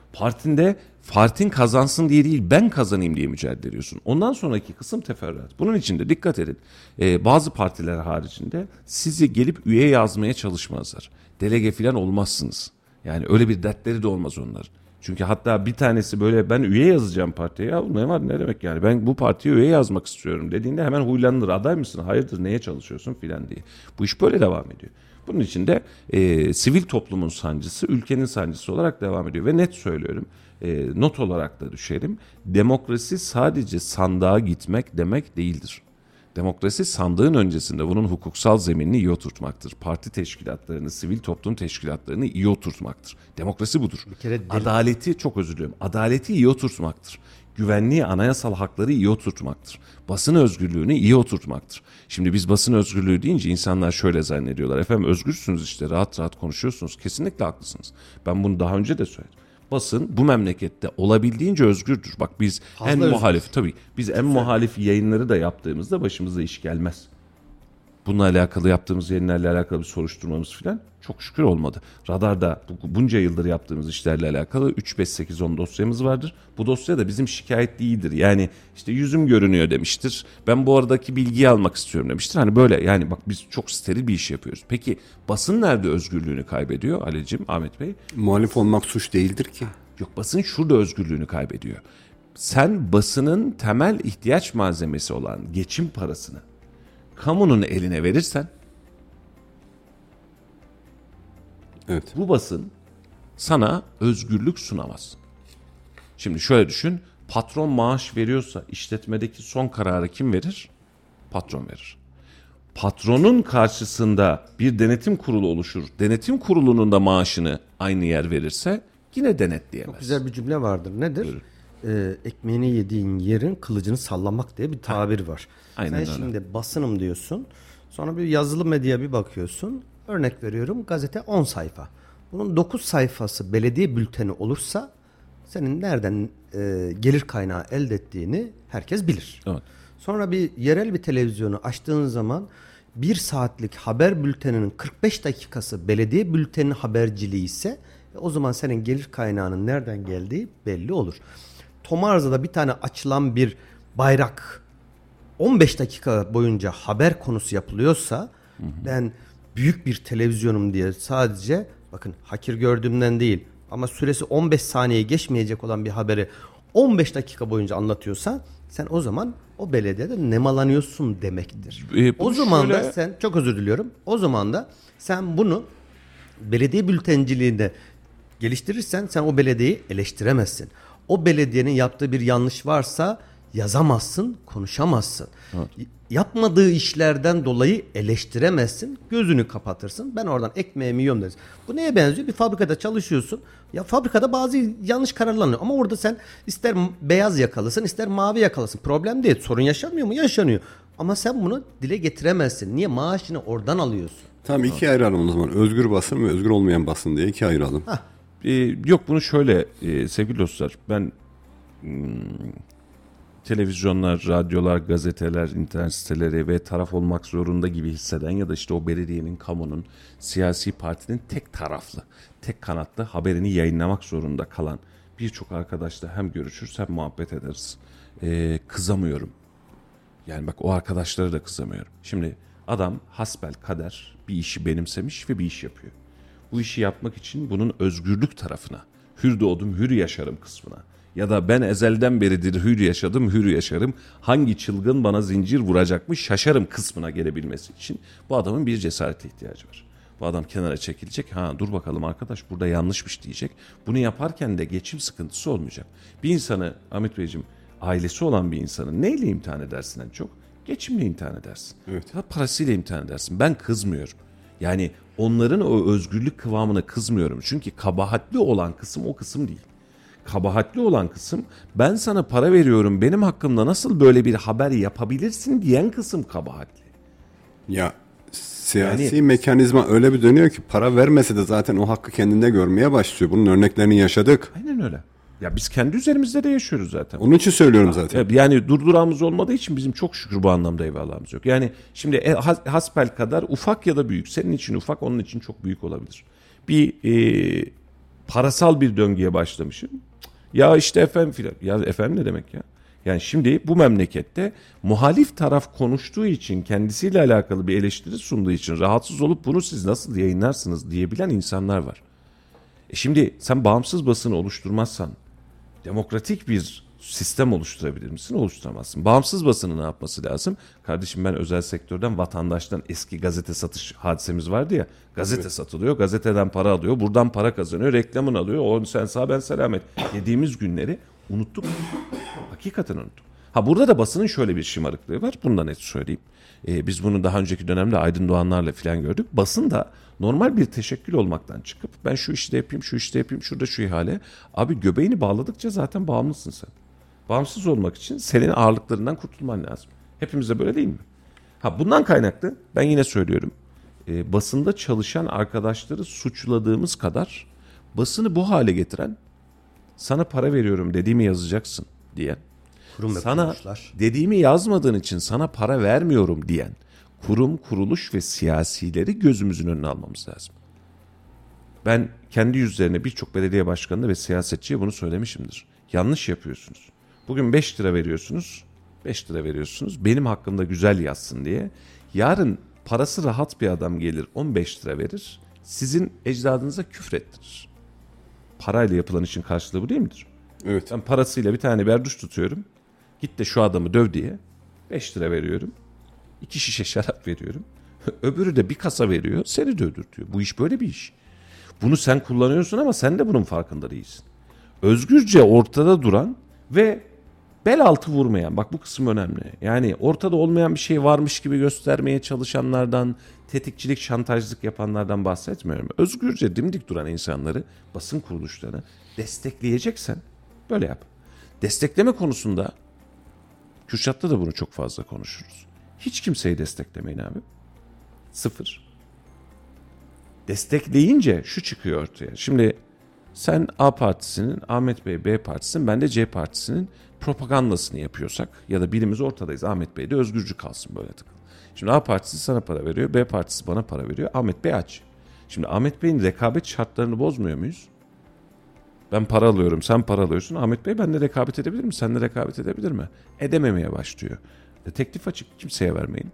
Partin kazansın diye değil, ben kazanayım diye mücadele ediyorsun. Ondan sonraki kısım teferruat. Bunun için de dikkat edin. Bazı partiler haricinde sizi gelip üye yazmaya çalışmazlar. Delege falan olmazsınız. Yani öyle bir dertleri de olmaz onların. Çünkü hatta bir tanesi böyle ben üye yazacağım partiye. Ya ne var, ne demek yani, ben bu partiye üye yazmak istiyorum dediğinde hemen huylanır. Aday mısın? Hayırdır, neye çalışıyorsun filan diye. Bu iş böyle devam ediyor. Bunun için de sivil toplumun sancısı ülkenin sancısı olarak devam ediyor. Ve net söylüyorum, not olarak da düşerim. Demokrasi sadece sandığa gitmek demek değildir. Demokrasi sandığın öncesinde bunun hukuksal zeminini iyi oturtmaktır. Parti teşkilatlarını, sivil toplum teşkilatlarını iyi oturtmaktır. Demokrasi budur. Adaleti, çok özür diliyorum, adaleti iyi oturtmaktır. Güvenliği, anayasal hakları iyi oturtmaktır. Basın özgürlüğünü iyi oturtmaktır. Şimdi biz basın özgürlüğü deyince insanlar şöyle zannediyorlar. Efendim özgürsünüz işte, rahat rahat konuşuyorsunuz. Kesinlikle haklısınız. Ben bunu daha önce de söyledim. Basın bu memlekette olabildiğince özgürdür. Bak biz biz en muhalif yayınları da yaptığımızda başımıza iş gelmez. Bununla alakalı yaptığımız yayınlarla alakalı bir soruşturmamız falan çok şükür olmadı. Radarda bunca yıldır yaptığımız işlerle alakalı 3, 5, 8, 10 dosyamız vardır. Bu dosya da bizim şikayet değildir. Yani işte yüzüm görünüyor demiştir. Ben bu aradaki bilgiyi almak istiyorum demiştir. Hani böyle, yani bak biz çok steril bir iş yapıyoruz. Peki basın nerede özgürlüğünü kaybediyor Ali'cim, Ahmet Bey? Muhalif olmak suç değildir ki. Yok, basın şurada özgürlüğünü kaybediyor. Sen basının temel ihtiyaç malzemesi olan geçim parasını kamunun eline verirsen, evet, bu basın sana özgürlük sunamaz. Şimdi şöyle düşün, patron maaş veriyorsa işletmedeki son kararı kim verir? Patron verir. Patronun karşısında bir denetim kurulu oluşur. Denetim kurulunun da maaşını aynı yer verirse yine denetleyemez. Çok güzel bir cümle vardır. Nedir? Ekmeğini yediğin yerin kılıcını sallamak diye bir tabir var. Aynen Sen öyle. şimdi basınım diyorsun. Sonra bir yazılı medya bir bakıyorsun. Örnek veriyorum, gazete 10 sayfa. Bunun 9 sayfası belediye bülteni olursa senin nereden gelir kaynağı elde ettiğini herkes bilir. Evet. Sonra bir yerel bir televizyonu açtığın zaman 1 saatlik haber bülteninin 45 dakikası belediye bülteni haberciliği ise o zaman senin gelir kaynağının nereden geldiği belli olur. Tomarza'da bir tane açılan bir bayrak 15 dakika boyunca haber konusu yapılıyorsa, ben büyük bir televizyonum diye sadece, bakın hakir gördüğümden değil ama süresi 15 saniye geçmeyecek olan bir haberi 15 dakika boyunca anlatıyorsa sen o zaman o belediyede nemalanıyorsun demektir. O zaman da sen, çok özür diliyorum, o zaman da sen bunu belediye bültenciliğinde geliştirirsen sen o belediyeyi eleştiremezsin. O belediyenin yaptığı bir yanlış varsa yazamazsın, konuşamazsın. Evet. Yapmadığı işlerden dolayı eleştiremezsin, gözünü kapatırsın. Ben oradan ekmeğimi yiyorum dersin. Bu neye benziyor? Bir fabrikada çalışıyorsun. Ya fabrikada bazı yanlış kararlar alınıyor. Ama orada sen ister beyaz yakalısın, ister mavi yakalısın. Problem değil. Sorun yaşanmıyor mu? Yaşanıyor. Ama sen bunu dile getiremezsin. Niye? Maaşını oradan alıyorsun. Tamam, iki ayıralım o zaman. Özgür basın ve özgür olmayan basın diye iki ayıralım. Yok, bunu şöyle sevgili dostlar, ben televizyonlar, radyolar, gazeteler, internet siteleri ve taraf olmak zorunda gibi hisseden ya da işte o belediyenin, kamunun, siyasi partinin tek taraflı, tek kanatlı haberini yayınlamak zorunda kalan birçok arkadaşla hem görüşürüz hem muhabbet ederiz. Kızamıyorum. Yani bak, o arkadaşlara da kızamıyorum. Şimdi adam hasbelkader bir işi benimsemiş ve bir iş yapıyor. Bu işi yapmak için bunun özgürlük tarafına, hür doğdum hür yaşarım kısmına ya da ben ezelden beridir hür yaşadım hür yaşarım, hangi çılgın bana zincir vuracakmış şaşarım kısmına gelebilmesi için bu adamın bir cesarete ihtiyacı var. Bu adam kenara çekilecek, dur bakalım arkadaş burada yanlışmış diyecek. Bunu yaparken de geçim sıkıntısı olmayacak. Bir insanı, Ahmet Beyciğim, ailesi olan bir insanı neyle imtihan edersin en çok? Geçimle imtihan edersin. Evet. Ya parasıyla imtihan edersin. Ben kızmıyorum. Yani onların o özgürlük kıvamına kızmıyorum. Çünkü kabahatli olan kısım o kısım değil. Kabahatli olan kısım, ben sana para veriyorum, benim hakkımda nasıl böyle bir haber yapabilirsin diyen kısım kabahatli. Ya siyasi mekanizma öyle bir dönüyor ki para vermese de zaten o hakkı kendinde görmeye başlıyor. Bunun örneklerini yaşadık. Aynen öyle. Ya biz kendi üzerimizde de yaşıyoruz zaten. Onun için söylüyorum zaten. Yani durdurağımız olmadığı için bizim çok şükür bu anlamda eyvallahımız yok. Yani şimdi hasbel kadar ufak ya da büyük. Senin için ufak, onun için çok büyük olabilir. Bir parasal bir döngüye başlamışım. Ya işte efendim filan. Ya efendim ne demek ya? Yani şimdi bu memlekette muhalif taraf konuştuğu için, kendisiyle alakalı bir eleştiri sunduğu için rahatsız olup bunu siz nasıl yayınlarsınız diyebilen insanlar var. Şimdi sen bağımsız basını oluşturmazsan demokratik bir sistem oluşturabilir misin? Oluşturamazsın. Bağımsız basının ne yapması lazım? Kardeşim, ben özel sektörden, vatandaştan, eski gazete satış hadisemiz vardı ya. Gazete satılıyor, gazeteden para alıyor, buradan para kazanıyor, reklamını alıyor. O sen sağ ben selamet dediğimiz günleri unuttuk. Hakikaten unuttuk. Burada da basının şöyle bir şımarıklığı var. Bunu da net söyleyeyim. Biz bunu daha önceki dönemde Aydın Doğanlar'la falan gördük. Basın da normal bir teşekkül olmaktan çıkıp ben şu işte yapayım, şu işte yapayım, şurada şu ihale. Abi göbeğini bağladıkça zaten bağımlısın sen. Bağımsız olmak için senin ağırlıklarından kurtulman lazım. Hepimiz de böyle değil mi? Bundan kaynaklı ben yine söylüyorum. Basında çalışan arkadaşları suçladığımız kadar basını bu hale getiren, sana para veriyorum dediğimi yazacaksın diyen, sana kuruluşlar, dediğimi yazmadığın için sana para vermiyorum diyen kurum, kuruluş ve siyasileri gözümüzün önüne almamız lazım. Ben kendi yüzlerine birçok belediye başkanına ve siyasetçiye bunu söylemişimdir. Yanlış yapıyorsunuz. Bugün 5 lira veriyorsunuz. 5 lira veriyorsunuz. Benim hakkımda güzel yazsın diye. Yarın parası rahat bir adam gelir 15 lira verir. Sizin ecdadınıza küfrettirir. Parayla yapılan işin karşılığı bu değil midir? Evet. Ben parasıyla bir tane berduş tutuyorum. Git de şu adamı döv diye 5 lira veriyorum. 2 şişe şarap veriyorum. Öbürü de bir kasa veriyor. Seni dövdürtüyor. Bu iş böyle bir iş. Bunu sen kullanıyorsun ama sen de bunun farkında değilsin. Özgürce ortada duran ve bel altı vurmayan, bak bu kısım önemli. Yani ortada olmayan bir şey varmış gibi göstermeye çalışanlardan, tetikçilik, şantajlık yapanlardan bahsetmiyorum. Özgürce dimdik duran insanları, basın kuruluşlarını destekleyeceksen böyle yap. Destekleme konusunda Kürşat'ta da bunu çok fazla konuşuruz. Hiç kimseyi desteklemeyin abi. Sıfır. Destekleyince şu çıkıyor ortaya. Şimdi sen A partisinin, Ahmet Bey B partisinin, ben de C partisinin propagandasını yapıyorsak ya da birimiz ortadayız, Ahmet Bey de özgürcü kalsın böyle tıkıl. Şimdi A partisi sana para veriyor, B partisi bana para veriyor, Ahmet Bey aç. Şimdi Ahmet Bey'in rekabet şartlarını bozmuyor muyuz? Ben para alıyorum, sen para alıyorsun. Ahmet Bey benimle rekabet edebilir mi? Seninle rekabet edebilir mi? Edememeye başlıyor. Teklif açık, kimseye vermeyin.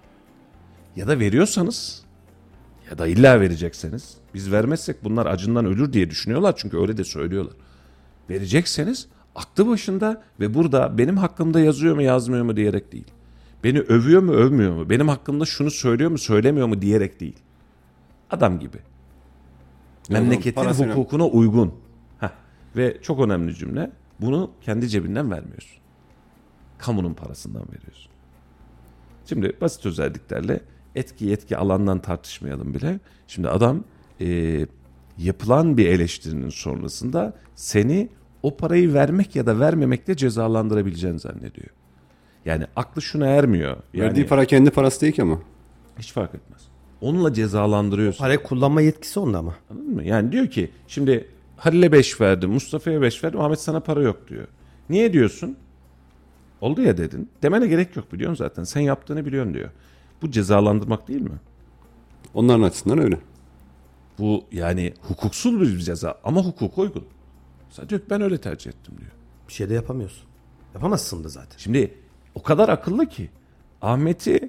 Ya da veriyorsanız ya da illa verecekseniz, biz vermezsek bunlar acından ölür diye düşünüyorlar çünkü öyle de söylüyorlar. Verecekseniz Aklı başında ve burada benim hakkımda yazıyor mu yazmıyor mu diyerek değil. Beni övüyor mu övmüyor mu? Benim hakkımda şunu söylüyor mu söylemiyor mu diyerek değil. Adam gibi. Memleketin hukukuna uygun. Ve çok önemli cümle. Bunu kendi cebinden vermiyorsun. Kamunun parasından veriyorsun. Şimdi basit özelliklerle etki alandan tartışmayalım bile. Şimdi adam yapılan bir eleştirinin sonrasında seni o parayı vermek ya da vermemekle cezalandırabileceğini zannediyor. Yani aklı şuna ermiyor. Yani, verdiği para kendi parası değil ki ama. Hiç fark etmez. Onunla cezalandırıyorsun. Parayı kullanma yetkisi onda ama. Anladın mı? Yani diyor ki şimdi Halil'e 5 verdim, Mustafa'ya 5 verdim, Ahmet sana para yok diyor. Niye diyorsun? Oldu ya dedin. Demene gerek yok biliyorsun zaten. Sen yaptığını biliyorsun diyor. Bu cezalandırmak değil mi? Onların açısından öyle. Bu yani hukuksuz bir ceza ama hukuka uygun. Sadece diyor ki ben öyle tercih ettim diyor. Bir şey de yapamıyorsun. Yapamazsın da zaten. Şimdi o kadar akıllı ki Ahmet'i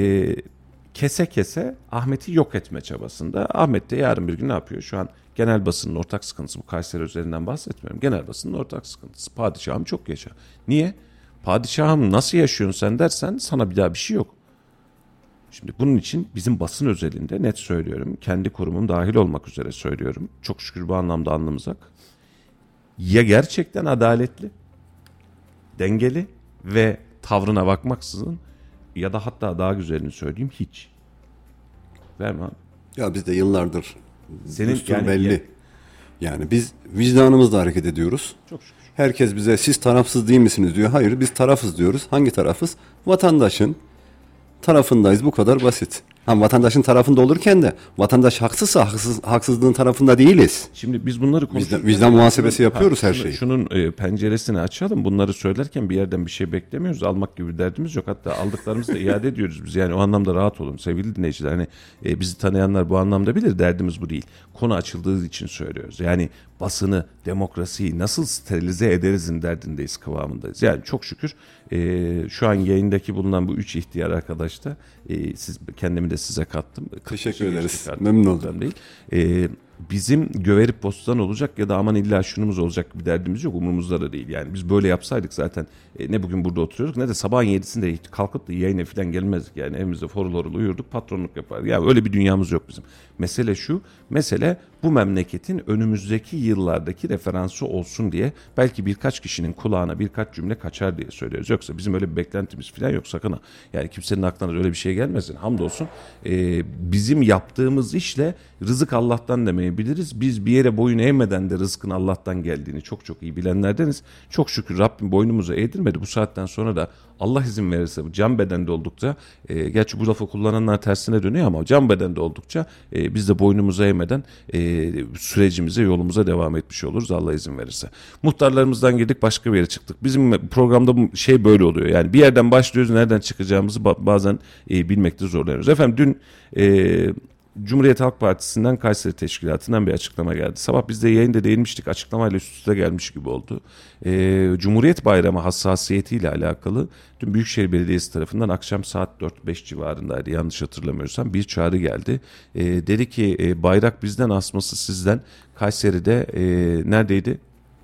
kese Ahmet'i yok etme çabasında. Ahmet de yarın bir gün ne yapıyor? Şu an genel basının ortak sıkıntısı, bu Kayseri üzerinden bahsetmiyorum. Genel basının ortak sıkıntısı. Padişahım çok yaşa. Niye? Padişahım nasıl yaşıyorsun sen dersen sana bir daha bir şey yok. Şimdi bunun için bizim basın özelinde net söylüyorum. Kendi kurumum dahil olmak üzere söylüyorum. Çok şükür bu anlamda alnımız ak. Ya gerçekten adaletli, dengeli ve tavrına bakmaksızın ya da hatta daha güzelini söyleyeyim hiç. Verme abi. Ya biz de yıllardır Senin yani belli. Yani biz vicdanımızla hareket ediyoruz. Çok şükür. Herkes bize siz tarafsız değil misiniz diyor. Hayır biz tarafız diyoruz. Hangi tarafız? Vatandaşın tarafındayız, bu kadar basit. Vatandaşın tarafında olurken de vatandaş haksızsa haksızlığın tarafında değiliz. Şimdi biz bunları konuşurken vicdan muhasebesi yapıyoruz her şeyi. Şunun penceresini açalım. Bunları söylerken bir yerden bir şey beklemiyoruz. Almak gibi bir derdimiz yok. Hatta aldıklarımızı da iade ediyoruz biz. Yani o anlamda rahat olun sevgili dinleyiciler. Hani bizi tanıyanlar bu anlamda bilir. Derdimiz bu değil. Konu açıldığı için söylüyoruz. Yani basını, demokrasiyi nasıl sterilize ederizin derdindeyiz, kıvamındayız. Yani çok şükür şu an yayındaki bulunan bu 3 ihtiyar arkadaş da siz kendimi de size kattım. Teşekkür ederiz. Memnun oldum. Değil. Bizim göverip bostan olacak ya da aman illa şunumuz olacak bir derdimiz yok. Umurumuzda da değil. Yani biz böyle yapsaydık zaten ne bugün burada oturuyorduk ne de sabahın 7'sinde kalkıp da yayına falan gelmezdik. Yani evimizde horul horul uyurduk, patronluk yapardık. Yani öyle bir dünyamız yok bizim. Mesele şu, mesele bu memleketin önümüzdeki yıllardaki referansı olsun diye belki birkaç kişinin kulağına birkaç cümle kaçar diye söylüyoruz. Yoksa bizim öyle bir beklentimiz falan yok sakın ha. Yani kimsenin aklına öyle bir şey gelmesin. Hamdolsun bizim yaptığımız işle rızık Allah'tan demeyebiliriz. Biz bir yere boyun eğmeden de rızkın Allah'tan geldiğini çok çok iyi bilenlerdeniz. Çok şükür Rabbim boynumuzu eğdirmedi. Bu saatten sonra da Allah izin verirse can bedende oldukça gerçi bu lafı kullananlar tersine dönüyor ama can bedende oldukça biz de boynumuzu eğmeden sürecimize yolumuza devam etmiş oluruz Allah izin verirse. Muhtarlarımızdan girdik başka bir yere çıktık. Bizim programda şey böyle oluyor. Yani bir yerden başlıyoruz nereden çıkacağımızı bazen bilmekte zorlanıyoruz. Efendim dün Cumhuriyet Halk Partisi'nden Kayseri Teşkilatı'ndan bir açıklama geldi. Sabah biz de yayında değinmiştik. Açıklamayla üst üste gelmiş gibi oldu. Cumhuriyet Bayramı hassasiyetiyle alakalı dün Büyükşehir Belediyesi tarafından akşam saat 4-5 civarındaydı. Yanlış hatırlamıyorsam bir çağrı geldi. Dedi ki bayrak bizden asması sizden. Kayseri'de neredeydi?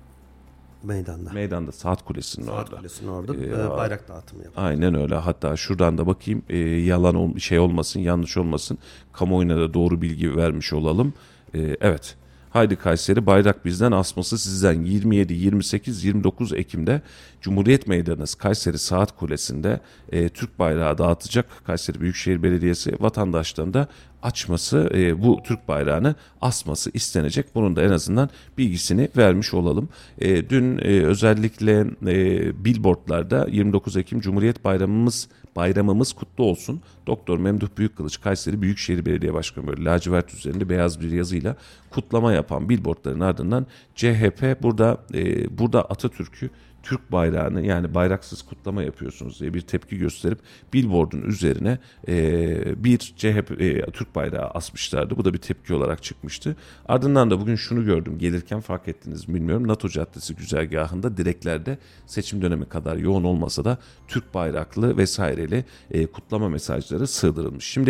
Meydanda Saat Kulesi'nin orada. Saat Kulesi'nin orada bayrak dağıtımı yapıyor. Aynen öyle. Hatta şuradan da bakayım yalan şey olmasın, yanlış olmasın. Kamuoyuna da doğru bilgi vermiş olalım. Evet. Haydi Kayseri bayrak bizden asması sizden 27, 28, 29 Ekim'de Cumhuriyet Meydanı Kayseri Saat Kulesi'nde Türk bayrağı dağıtacak Kayseri Büyükşehir Belediyesi vatandaşlarına da açması bu Türk bayrağını asması istenecek. Bunun da en azından bilgisini vermiş olalım. Dün özellikle billboardlarda 29 Ekim Cumhuriyet Bayramımız kutlu olsun. Doktor Memduh Büyükkılıç Kayseri Büyükşehir Belediye Başkanı böyle lacivert üzerinde beyaz bir yazıyla kutlama yapan billboardların ardından CHP burada Atatürk'ü Türk bayrağını yani bayraksız kutlama yapıyorsunuz diye bir tepki gösterip billboardun üzerine bir CHP Türk bayrağı asmışlardı. Bu da bir tepki olarak çıkmıştı. Ardından da bugün şunu gördüm. Gelirken fark ettiniz mi bilmiyorum. NATO Caddesi güzergahında direklerde seçim dönemi kadar yoğun olmasa da Türk bayraklı vesaireli kutlama mesajları sığdırılmış. Şimdi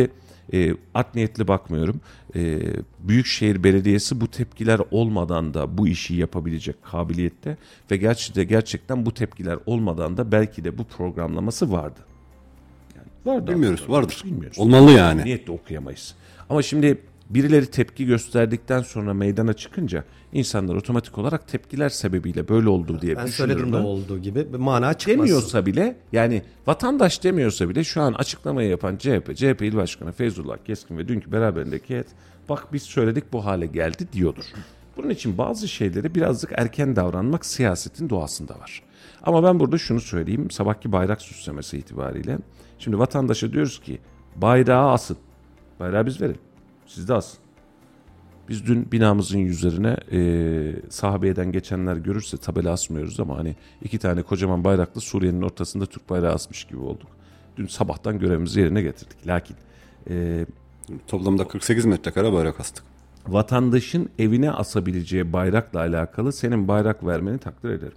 art niyetli bakmıyorum. Büyükşehir Belediyesi bu tepkiler olmadan da bu işi yapabilecek kabiliyette ve gerçekten bu tepkiler olmadan da belki de bu programlaması vardı. Yani vardı. Bilmiyoruz, vardır. Bilmiyoruz. Olmalı yani. Niyetle okuyamayız. Ama şimdi birileri tepki gösterdikten sonra meydana çıkınca insanlar otomatik olarak tepkiler sebebiyle böyle oldu diye Ben düşünürler. söyledim de olduğu gibi bir mana çıkmaz. Demiyorsa bile, yani vatandaş demiyorsa bile şu an açıklamayı yapan CHP İl Başkanı Feyzullah Keskin ve dünkü beraberindeki heyet, bak biz söyledik bu hale geldi diyordur. Bunun için bazı şeyleri birazcık erken davranmak siyasetin doğasında var. Ama ben burada şunu söyleyeyim, sabahki bayrak süslemesi itibariyle. Şimdi vatandaşa diyoruz ki bayrağı asın. Bayrağı biz verelim. Siz de asın. Biz dün binamızın üzerine sahabiyeden geçenler görürse tabela asmıyoruz ama hani 2 tane kocaman bayraklı Suriye'nin ortasında Türk bayrağı asmış gibi olduk. Dün sabahtan görevimizi yerine getirdik. Lakin Toplamda 48 metrekare bayrak astık. vatandaşın evine asabileceği bayrakla alakalı senin bayrak vermeni takdir ederim.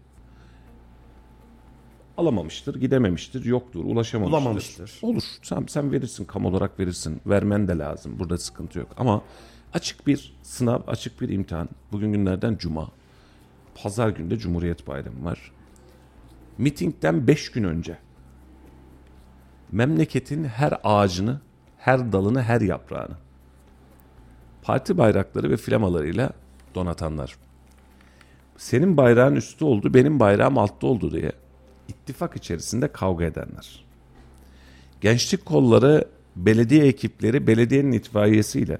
Alamamıştır, gidememiştir, yoktur, ulaşamamıştır. Bulamamıştır. Olur. Sen verirsin, kamu olarak verirsin. Vermen de lazım. Burada sıkıntı yok. Ama açık bir sınav, açık bir imtihan. Bugün günlerden cuma. Pazar günde Cumhuriyet Bayramı var. Mitingden 5 gün önce memleketin her ağacını, her dalını, her yaprağını parti bayrakları ve flamalarıyla donatanlar. Senin bayrağın üstte oldu, benim bayrağım altta oldu diye ittifak içerisinde kavga edenler. Gençlik kolları, belediye ekipleri, belediyenin itfaiyesiyle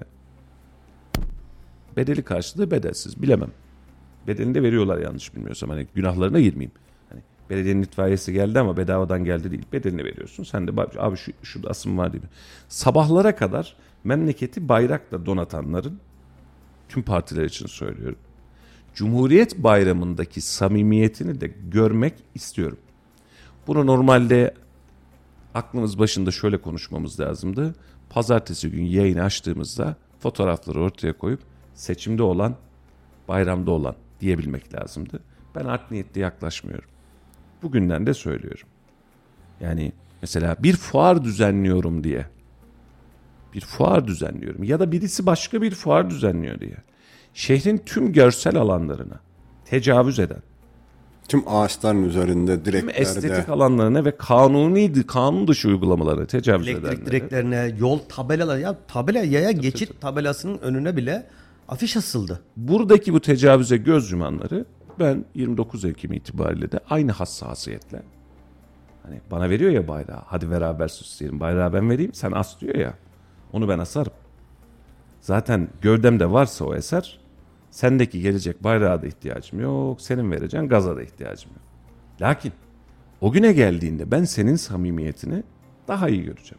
bedeli karşılığı bedelsiz, bilemem. Bedelini de veriyorlar yanlış bilmiyorsam. Hani günahlarına girmeyeyim. Hani belediyenin itfaiyesi geldi ama bedavadan geldi değil. Bedelini veriyorsun. Sen de abi şurada asım var diye. Sabahlara kadar memleketi bayrakla donatanların, tüm partiler için söylüyorum, Cumhuriyet Bayramı'ndaki samimiyetini de görmek istiyorum. Bunu normalde aklımız başında şöyle konuşmamız lazımdı. Pazartesi günü yayını açtığımızda fotoğrafları ortaya koyup seçimde olan, bayramda olan diyebilmek lazımdı. Ben art niyetli yaklaşmıyorum. Bugünden de söylüyorum. Yani mesela bir fuar düzenliyorum diye. Bir fuar düzenliyorum ya da birisi başka bir fuar düzenliyor diye. Şehrin tüm görsel alanlarına tecavüz eden, Tüm ağaçların üzerinde, tüm direklerde. estetik alanlarına ve kanun dışı uygulamalara tecavüz Elektrik edenlere. direklerine, yol tabelaları, ya tabela, yaya geçit tabelasının önüne bile afiş asıldı. Buradaki bu tecavüze göz yumanları ben 29 Ekim itibariyle de aynı hassasiyetle, hani bana veriyor ya bayrağı, hadi beraber süsleyelim, bayrağı ben vereyim, sen as diyor ya, onu ben asarım. Zaten gövdemde varsa o eser, sendeki gelecek bayrağa da ihtiyacım yok, senin vereceğin gaza da ihtiyacım yok. Lakin o güne geldiğinde ben senin samimiyetini daha iyi göreceğim.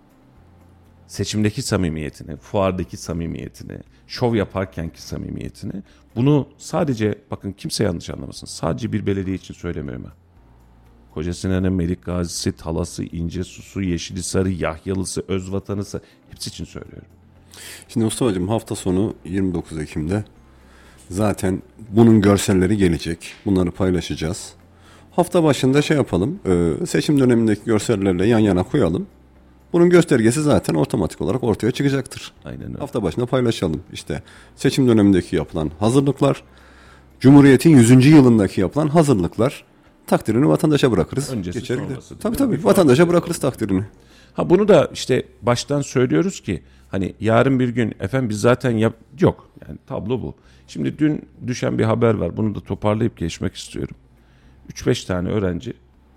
Seçimdeki samimiyetini, fuardaki samimiyetini, şov yaparkenki samimiyetini, bunu sadece, bakın kimse yanlış anlamasın, sadece bir belediye için söylemiyorum ben. Kocasinan, Melik Gazi'si, Talası, İncesu'su, Yeşilisar'ı, Yahyalısı, Özvatan'ısı, hepsi için söylüyorum. Şimdi Mustafa'cığım, hafta sonu 29 Ekim'de zaten bunun görselleri gelecek. Bunları paylaşacağız. Hafta başında şey yapalım. Seçim dönemindeki görsellerle yan yana koyalım. Bunun göstergesi zaten otomatik olarak ortaya çıkacaktır. Aynen öyle. Hafta başında paylaşalım. İşte seçim dönemindeki yapılan hazırlıklar, Cumhuriyet'in 100. yılındaki yapılan hazırlıklar, takdirini vatandaşa bırakırız. Öncesi Geçer gider. sonrası. Tabii vatandaşa bırakırız takdirini. Ha, bunu da işte baştan söylüyoruz ki hani yarın bir gün efendim biz zaten yok. Yani tablo bu. Şimdi dün düşen bir haber var. Bunu da toparlayıp geçmek istiyorum. 3-5 tane öğrenci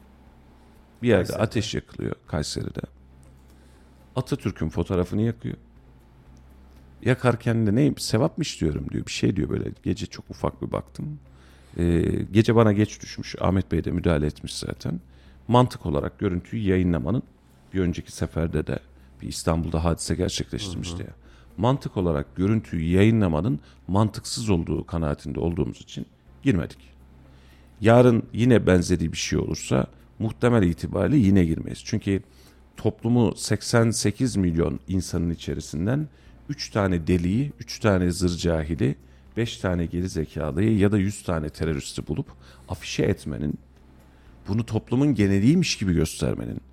bir yerde ateş yakılıyor Kayseri'de. Atatürk'ün fotoğrafını yakıyor. Yakarken de neyim, sevap mı istiyorum diyor. Bir şey diyor böyle. Gece çok ufak bir baktım. Gece bana geç düşmüş. Ahmet Bey de müdahale etmiş zaten. Mantık olarak görüntüyü yayınlamanın, bir önceki seferde de bir İstanbul'da hadise gerçekleştirmişti ya. Mantık olarak görüntüyü yayınlamanın mantıksız olduğu kanaatinde olduğumuz için girmedik. Yarın yine benzeri bir şey olursa muhtemel itibariyle yine girmeyiz. Çünkü toplumu 88 milyon insanın içerisinden 3 tane deliği, 3 tane zır cahili, 5 tane geri zekalıyı ya da 100 tane teröristi bulup afişe etmenin, bunu toplumun geneliymiş gibi göstermenin,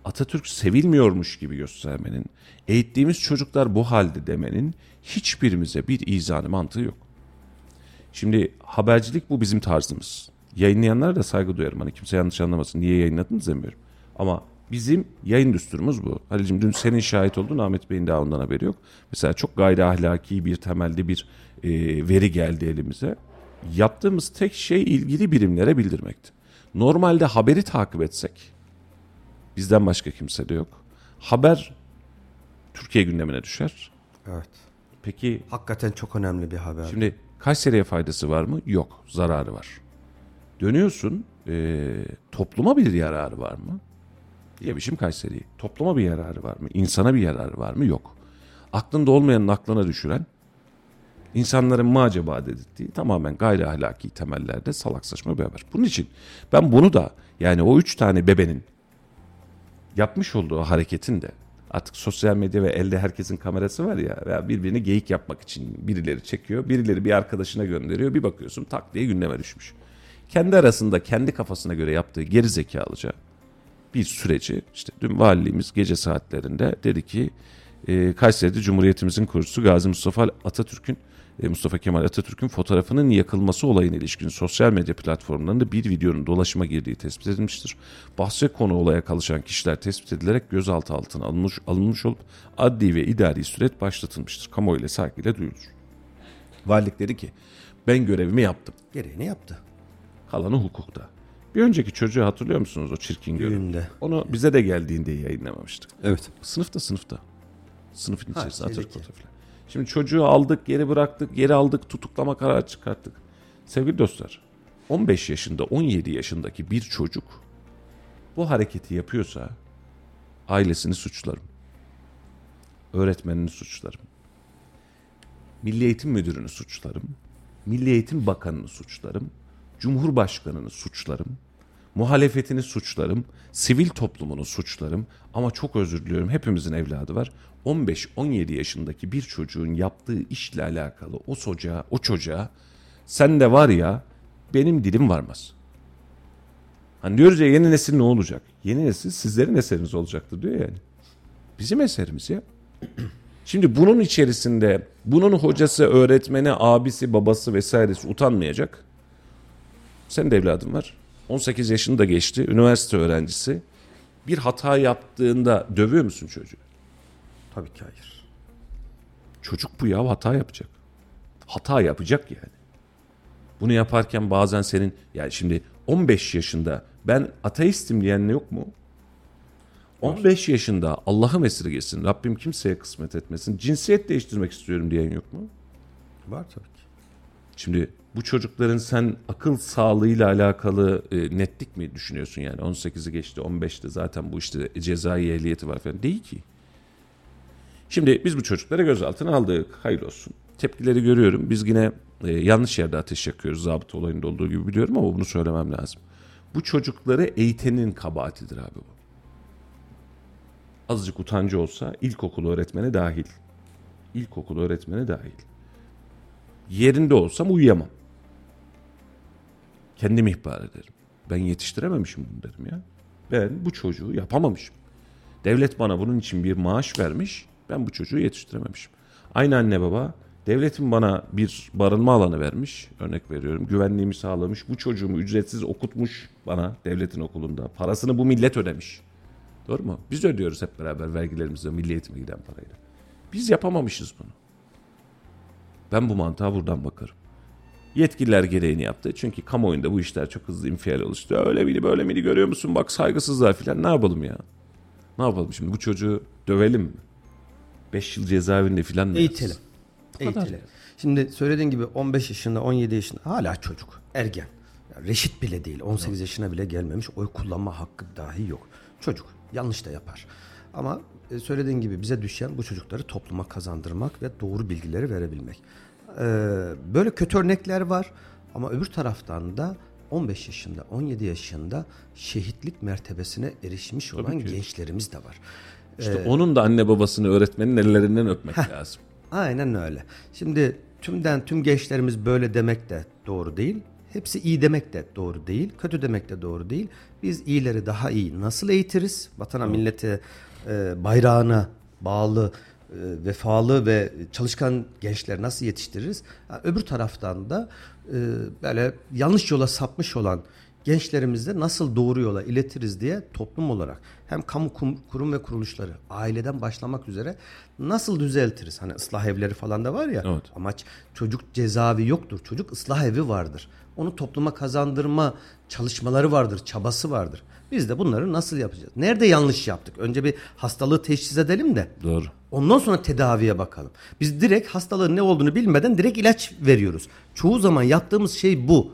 Atatürk sevilmiyormuş gibi göstermenin, eğittiğimiz çocuklar bu halde demenin hiçbirimize bir izahı mantığı yok. Şimdi habercilik bu bizim tarzımız. Yayınlayanlara da saygı duyarım. Hani kimse yanlış anlamasın. Niye yayınladınız demiyorum. Ama bizim yayın düsturumuz bu. Halil'cim dün senin şahit oldun. Ahmet Bey'in daha ondan haberi yok. Mesela çok gayri ahlaki bir temelde bir veri geldi elimize. Yaptığımız tek şey ilgili birimlere bildirmekti. Normalde haberi takip etsek, bizden başka kimse de yok. Haber Türkiye gündemine düşer. Evet. Peki Hakikaten çok önemli bir haber. şimdi Kayseri'ye faydası var mı? Yok. Zararı var. Dönüyorsun, topluma bir yararı var mı? Yemişim Kayseri'yi. Topluma bir yararı var mı? İnsana bir yararı var mı? Yok. Aklında olmayanın aklına düşüren, insanların mı acaba dedirttiği tamamen gayri ahlaki temellerde salak saçma bir haber. Bunun için ben bunu da, yani o 3 tane bebenin yapmış olduğu hareketin de, artık sosyal medya ve elde herkesin kamerası var ya, veya birbirini geyik yapmak için birileri çekiyor, birileri bir arkadaşına gönderiyor, bir bakıyorsun tak diye gündeme düşmüş. Kendi arasında kendi kafasına göre yaptığı geri zekalıca bir süreci, işte dün valiliğimiz gece saatlerinde dedi ki Kayseri'de Cumhuriyetimizin kurucusu Gazi Mustafa Kemal Atatürk'ün fotoğrafının yakılması olayına ilişkin sosyal medya platformlarında bir videonun dolaşıma girdiği tespit edilmiştir. Bahse konu olaya kalışan kişiler tespit edilerek gözaltı altına alınmış olup adli ve idari süreç başlatılmıştır. Kamuoyuyla saygıyla duyurulur. Valilik dedi ki ben görevimi yaptım. Gereğini yaptı. Kalanı hukukta. Bir önceki çocuğu hatırlıyor musunuz, o çirkin görüntü? Düğünde. Onu bize de geldiğinde yayınlamamıştık. Evet. Sınıfta. Sınıfın içerisinde şeydeki. Atatürk fotoğrafı. Şimdi çocuğu aldık, geri bıraktık, geri aldık, tutuklama kararı çıkarttık. Sevgili dostlar, 15 yaşında, 17 yaşındaki bir çocuk bu hareketi yapıyorsa ailesini suçlarım. Öğretmenini suçlarım. Milli Eğitim Müdürünü suçlarım. Milli Eğitim Bakanını suçlarım. Cumhurbaşkanını suçlarım. Muhalefetini suçlarım. Sivil toplumunu suçlarım. Ama çok özür diliyorum, hepimizin evladı var. 15-17 yaşındaki bir çocuğun yaptığı işle alakalı o çocuğa sen de var ya benim dilim varmaz. Hani diyoruz ya, yeni nesil ne olacak? Yeni nesil sizlerin eseriniz olacaktır diyor yani. Bizim eserimiz ya. Şimdi bunun içerisinde bunun hocası, öğretmeni, abisi, babası vesairesi utanmayacak. Senin de evladın var. 18 yaşını da geçti. Üniversite öğrencisi. Bir hata yaptığında dövüyor musun çocuğu? Tabii ki hayır. Çocuk bu ya, hata yapacak. Hata yapacak yani. Bunu yaparken bazen senin, yani şimdi 15 yaşında ben ateistim diyen yok mu? 15 yaşında Allah'ım esirgesin, Rabbim kimseye kısmet etmesin, cinsiyet değiştirmek istiyorum diyen yok mu? Var tabii ki. Şimdi bu çocukların sen akıl sağlığıyla alakalı netlik mi düşünüyorsun yani? 18'i geçti, 15'te zaten bu işte cezai ehliyeti var falan. Değil ki. Şimdi biz bu çocuklara gözaltına aldık. Hayırlı olsun. Tepkileri görüyorum. Biz yine yanlış yerde ateş yakıyoruz. Zabıta olayında olduğu gibi biliyorum ama bunu söylemem lazım. Bu çocukları eğitenin kabahatidir abi bu. Azıcık utancı olsa ilkokul öğretmeni dahil. İlkokul öğretmeni dahil. Yerinde olsam uyuyamam. Kendimi ihbar ederim. Ben yetiştirememişim bunu derim ya. Ben bu çocuğu yapamamışım. Devlet bana bunun için bir maaş vermiş. Ben bu çocuğu yetiştirememişim. Aynı anne baba, devletin bana bir barınma alanı vermiş. Örnek veriyorum. Güvenliğimi sağlamış. Bu çocuğumu ücretsiz okutmuş bana devletin okulunda. Parasını bu millet ödemiş. Doğru mu? Biz ödüyoruz hep beraber vergilerimizle, milli eğitime giden parayla. Biz yapamamışız bunu. Ben bu mantığa buradan bakarım. Yetkililer gereğini yaptı. Çünkü kamuoyunda bu işler çok hızlı infial oluştu. Öyle miydi böyle miydi görüyor musun? Bak saygısızlar filan. Ne yapalım ya? Ne yapalım şimdi? Bu çocuğu dövelim mi? 5 yıl cezaevinde filan mı? Eğitelim. kadar. Eğitelim. Şimdi söylediğin gibi 15 yaşında, 17 yaşında hala çocuk, ergen. Ya reşit bile değil. 18 yaşına bile gelmemiş. Oy kullanma hakkı dahi yok. Çocuk. Yanlış da yapar. Ama söylediğin gibi bize düşen bu çocukları topluma kazandırmak ve doğru bilgileri verebilmek. Böyle kötü örnekler var. Ama öbür taraftan da 15 yaşında, 17 yaşında şehitlik mertebesine erişmiş olan gençlerimiz de var. İşte onun da anne babasını, öğretmenin ellerinden öpmek lazım. Aynen öyle. Şimdi tüm gençlerimiz böyle demek de doğru değil. hepsi iyi demek de doğru değil, kötü demek de doğru değil. Biz iyileri daha iyi nasıl eğitiriz? Vatana, millete, bayrağına bağlı, vefalı ve çalışkan gençler nasıl yetiştiririz? Öbür taraftan da böyle yanlış yola sapmış olan gençlerimizde nasıl doğru yola iletiriz diye toplum olarak hem kamu kurum ve kuruluşları aileden başlamak üzere nasıl düzeltiriz? Hani ıslah evleri falan da var ya, evet. Amaç çocuk cezaevi yoktur. Çocuk ıslah evi vardır. Onu topluma kazandırma çalışmaları vardır, çabası vardır. Biz de bunları nasıl yapacağız? Nerede yanlış yaptık? Önce bir hastalığı teşhis edelim de. Doğru. Ondan sonra tedaviye bakalım. Biz direkt hastalığın ne olduğunu bilmeden direkt ilaç veriyoruz. Çoğu zaman yaptığımız şey bu.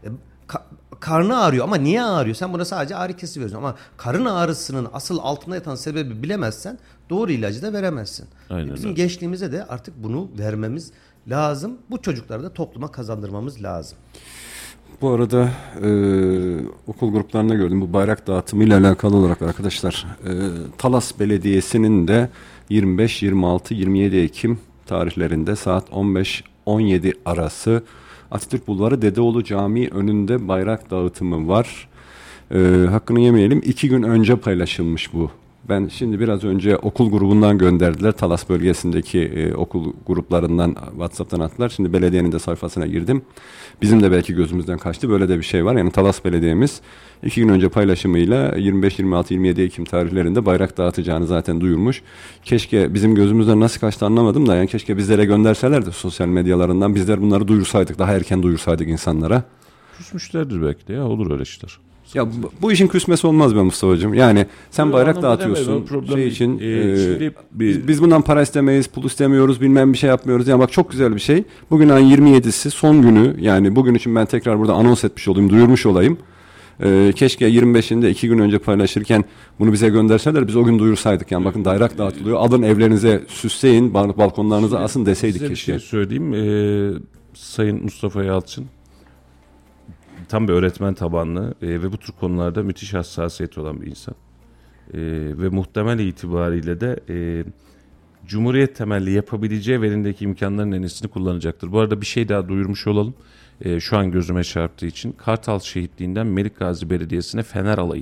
Karnı ağrıyor ama niye ağrıyor? Sen buna sadece ağrı kesici veriyorsun ama karın ağrısının asıl altında yatan sebebi bilemezsen doğru ilacı da veremezsin. Aynen Bizim öyle. gençliğimize de artık bunu vermemiz lazım. Bu çocukları da topluma kazandırmamız lazım. Bu arada okul gruplarında gördüm bu bayrak dağıtımı ile alakalı olarak arkadaşlar Talas Belediyesi'nin de 25, 26, 27 Ekim tarihlerinde saat 15-17 arası Atatürk Bulvarı Dedeoğlu Camii önünde bayrak dağıtımı var. Hakkını yemeyelim. 2 gün önce paylaşılmış bu. Ben şimdi biraz önce okul grubundan gönderdiler. Talas bölgesindeki okul gruplarından WhatsApp'tan attılar. Şimdi belediyenin de sayfasına girdim. Bizim de belki gözümüzden kaçtı. Böyle de bir şey var. Yani Talas Belediye'miz 2 gün önce paylaşımıyla 25, 26, 27 Ekim tarihlerinde bayrak dağıtacağını zaten duyurmuş. Keşke bizim gözümüzden nasıl kaçtı anlamadım da yani keşke bizlere gönderseler de sosyal medyalarından bizler bunları duyursaydık. Daha erken duyursaydık insanlara. Küsmüşlerdir belki de ya, olur öyle işler. Ya bu işin küsmesi olmaz be Mustafa'cığım. Yani sen bayrak dağıtıyorsun şey için. Biz bundan para istemeyiz, pul istemiyoruz, bilmem bir şey yapmıyoruz. Yani bak çok güzel bir şey. Bugün ayın 27'si son günü. Yani bugün için ben tekrar burada anons etmiş olayım, duyurmuş olayım. Keşke 25'inde 2 gün önce paylaşırken bunu bize gönderseler biz o gün duyursaydık. Yani bakın bayrak dağıtılıyor. Alın evlerinize süsleyin, balkonlarınıza asın deseydik size keşke. Bir şey söyleyeyim. Sayın Mustafa Yalçın tam bir öğretmen tabanlı ve bu tür konularda müthiş hassasiyeti olan bir insan. Ve muhtemel itibariyle de Cumhuriyet temelli yapabileceği ve elindeki imkanların en iyisini kullanacaktır. Bu arada bir şey daha duyurmuş olalım. Şu an gözüme çarptığı için Kartal Şehitliği'nden Melikgazi Belediyesi'ne Fener Alayı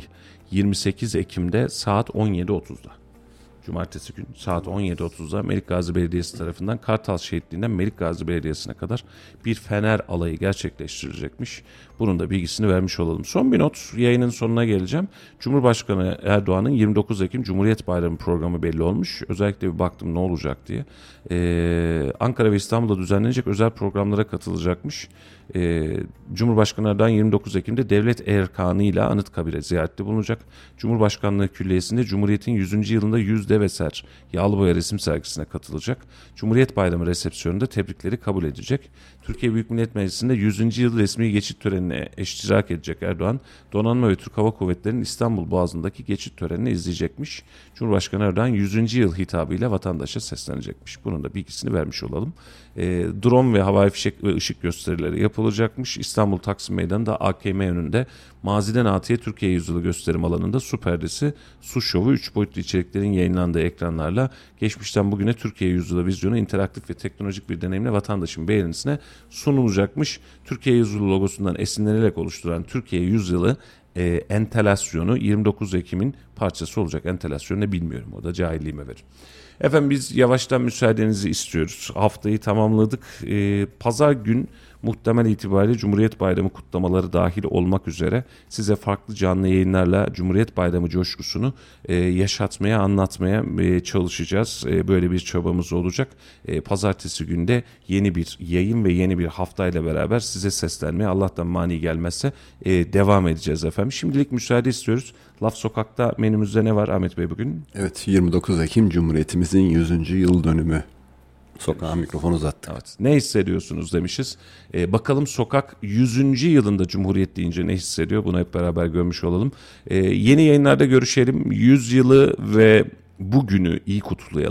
28 Ekim'de saat 17.30'da. Cumartesi gün saat 17.30'da Melikgazi Belediyesi tarafından Kartal Şehitliği'nden Melikgazi Belediyesi'ne kadar bir fener alayı gerçekleştirilecekmiş. Bunun da bilgisini vermiş olalım. Son bir not, yayının sonuna geleceğim. Cumhurbaşkanı Erdoğan'ın 29 Ekim Cumhuriyet Bayramı programı belli olmuş. Özellikle bir baktım ne olacak diye. Ankara ve İstanbul'da düzenlenecek özel programlara katılacakmış. Cumhurbaşkanı Erdoğan 29 Ekim'de devlet erkanıyla Anıtkabir'e ziyarette bulunacak. Cumhurbaşkanlığı Külliyesi'nde Cumhuriyet'in 100. yılında 100 dev eser yağlı boya resim sergisine katılacak. Cumhuriyet Bayramı resepsiyonunda tebrikleri kabul edecek. Türkiye Büyük Millet Meclisi'nde 100. yıl resmi geçit törenine iştirak edecek Erdoğan. Donanma ve Türk Hava Kuvvetleri'nin İstanbul Boğazı'ndaki geçit törenini izleyecekmiş. Cumhurbaşkanı Erdoğan 100. yıl hitabıyla vatandaşa seslenecekmiş. Bunun da bilgisini vermiş olalım. Drone ve havai fişek ve ışık gösterileri yapılacakmış. İstanbul Taksim Meydanı'nda AKM önünde Maziden Atiye Türkiye Yüzyılı gösterim alanında su perdesi, su şovu, 3 boyutlu içeriklerin yayınlandığı ekranlarla geçmişten bugüne Türkiye Yüzyılı vizyonu interaktif ve teknolojik bir deneyimle vatandaşın beğenisine sunulacakmış. Türkiye Yüzyılı logosundan esinlenerek oluşturan Türkiye Yüzyılı entelasyonu 29 Ekim'in parçası olacak. Entelasyon ne bilmiyorum, o da cahilliğime verir. Efendim biz yavaştan müsaadenizi istiyoruz. Haftayı tamamladık. Pazar gün muhtemel itibariyle Cumhuriyet Bayramı kutlamaları dahil olmak üzere size farklı canlı yayınlarla Cumhuriyet Bayramı coşkusunu yaşatmaya, anlatmaya çalışacağız. Böyle bir çabamız olacak. Pazartesi günde yeni bir yayın ve yeni bir haftayla beraber size seslenmeye, Allah'tan mani gelmezse devam edeceğiz efendim. Şimdilik müsaade istiyoruz. Laf Sokak'ta menümüzde ne var Ahmet Bey bugün? Evet, 29 Ekim Cumhuriyetimizin 100. yıl dönümü. Sokağa mikrofon uzattık. Evet, ne hissediyorsunuz demişiz. Bakalım sokak 100. yılında Cumhuriyet deyince ne hissediyor? Bunu hep beraber görmüş olalım. Yeni yayınlarda görüşelim. 100 yılı ve bugünü iyi kutlayalım.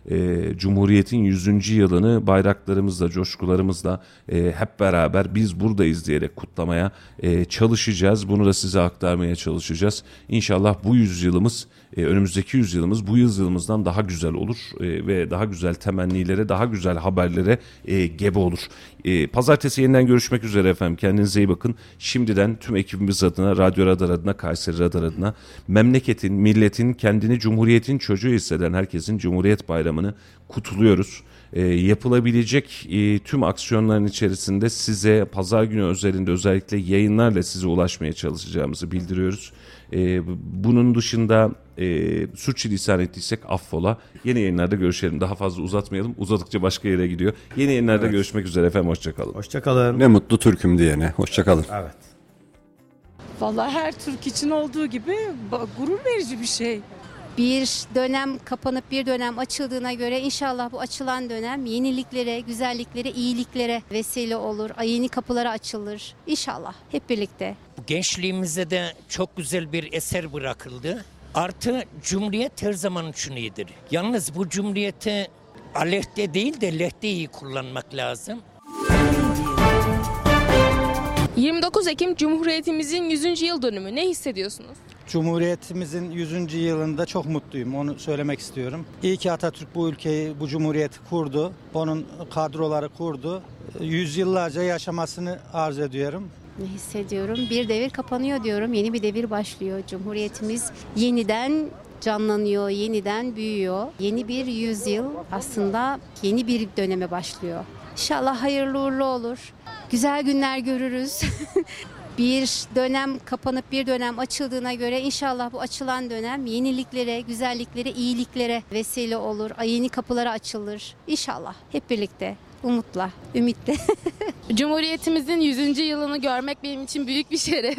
Cumhuriyet'in 100. yılını bayraklarımızla, coşkularımızla hep beraber biz buradayız diyerek kutlamaya çalışacağız. Bunu da size aktarmaya çalışacağız. İnşallah bu yüzyılımız, önümüzdeki yüzyılımız bu yüzyılımızdan daha güzel olur ve daha güzel temennilere, daha güzel haberlere gebe olur. Pazartesi yeniden görüşmek üzere efendim. Kendinize iyi bakın. Şimdiden tüm ekibimiz adına, Radyo Radar adına, Kayseri Radar adına, memleketin, milletin, kendini Cumhuriyet'in çocuğu hisseden herkesin Cumhuriyet Bayramı'nı kutluyoruz. Yapılabilecek tüm aksiyonların içerisinde size pazar günü özelinde özellikle yayınlarla size ulaşmaya çalışacağımızı bildiriyoruz. Bunun dışında sürçülisan ettiysek affola. Yeni yayınlarda görüşelim. Daha fazla uzatmayalım. Uzadıkça başka yere gidiyor. Yeni yayınlarda görüşmek üzere efendim. Hoşçakalın. Hoşçakalın. Ne mutlu Türk'üm diyene. Hoşçakalın. Evet. Vallahi her Türk için olduğu gibi gurur verici bir şey. Bir dönem kapanıp bir dönem açıldığına göre inşallah bu açılan dönem yeniliklere, güzelliklere, iyiliklere vesile olur. Yeni kapılara açılır. İnşallah hep birlikte. Gençliğimizde de çok güzel bir eser bırakıldı. Artı Cumhuriyet her zaman için iyidir. Yalnız bu Cumhuriyeti aleyhte değil de lehte iyi kullanmak lazım. 29 Ekim Cumhuriyetimizin 100. yıl dönümü. Ne hissediyorsunuz? Cumhuriyetimizin 100. yılında çok mutluyum. Onu söylemek istiyorum. İyi ki Atatürk bu ülkeyi, bu cumhuriyeti kurdu. Onun kadroları kurdu. Yüzyıllarca yaşamasını arzu ediyorum. Ne hissediyorum? Bir devir kapanıyor diyorum. Yeni bir devir başlıyor. Cumhuriyetimiz yeniden canlanıyor, yeniden büyüyor. Yeni bir yüzyıl aslında yeni bir döneme başlıyor. İnşallah hayırlı uğurlu olur. Güzel günler görürüz. Bir dönem kapanıp bir dönem açıldığına göre inşallah bu açılan dönem yeniliklere, güzelliklere, iyiliklere vesile olur. Yeni kapılara açılır. İnşallah hep birlikte, umutla, ümitle. Cumhuriyetimizin 100. yılını görmek benim için büyük bir şeref.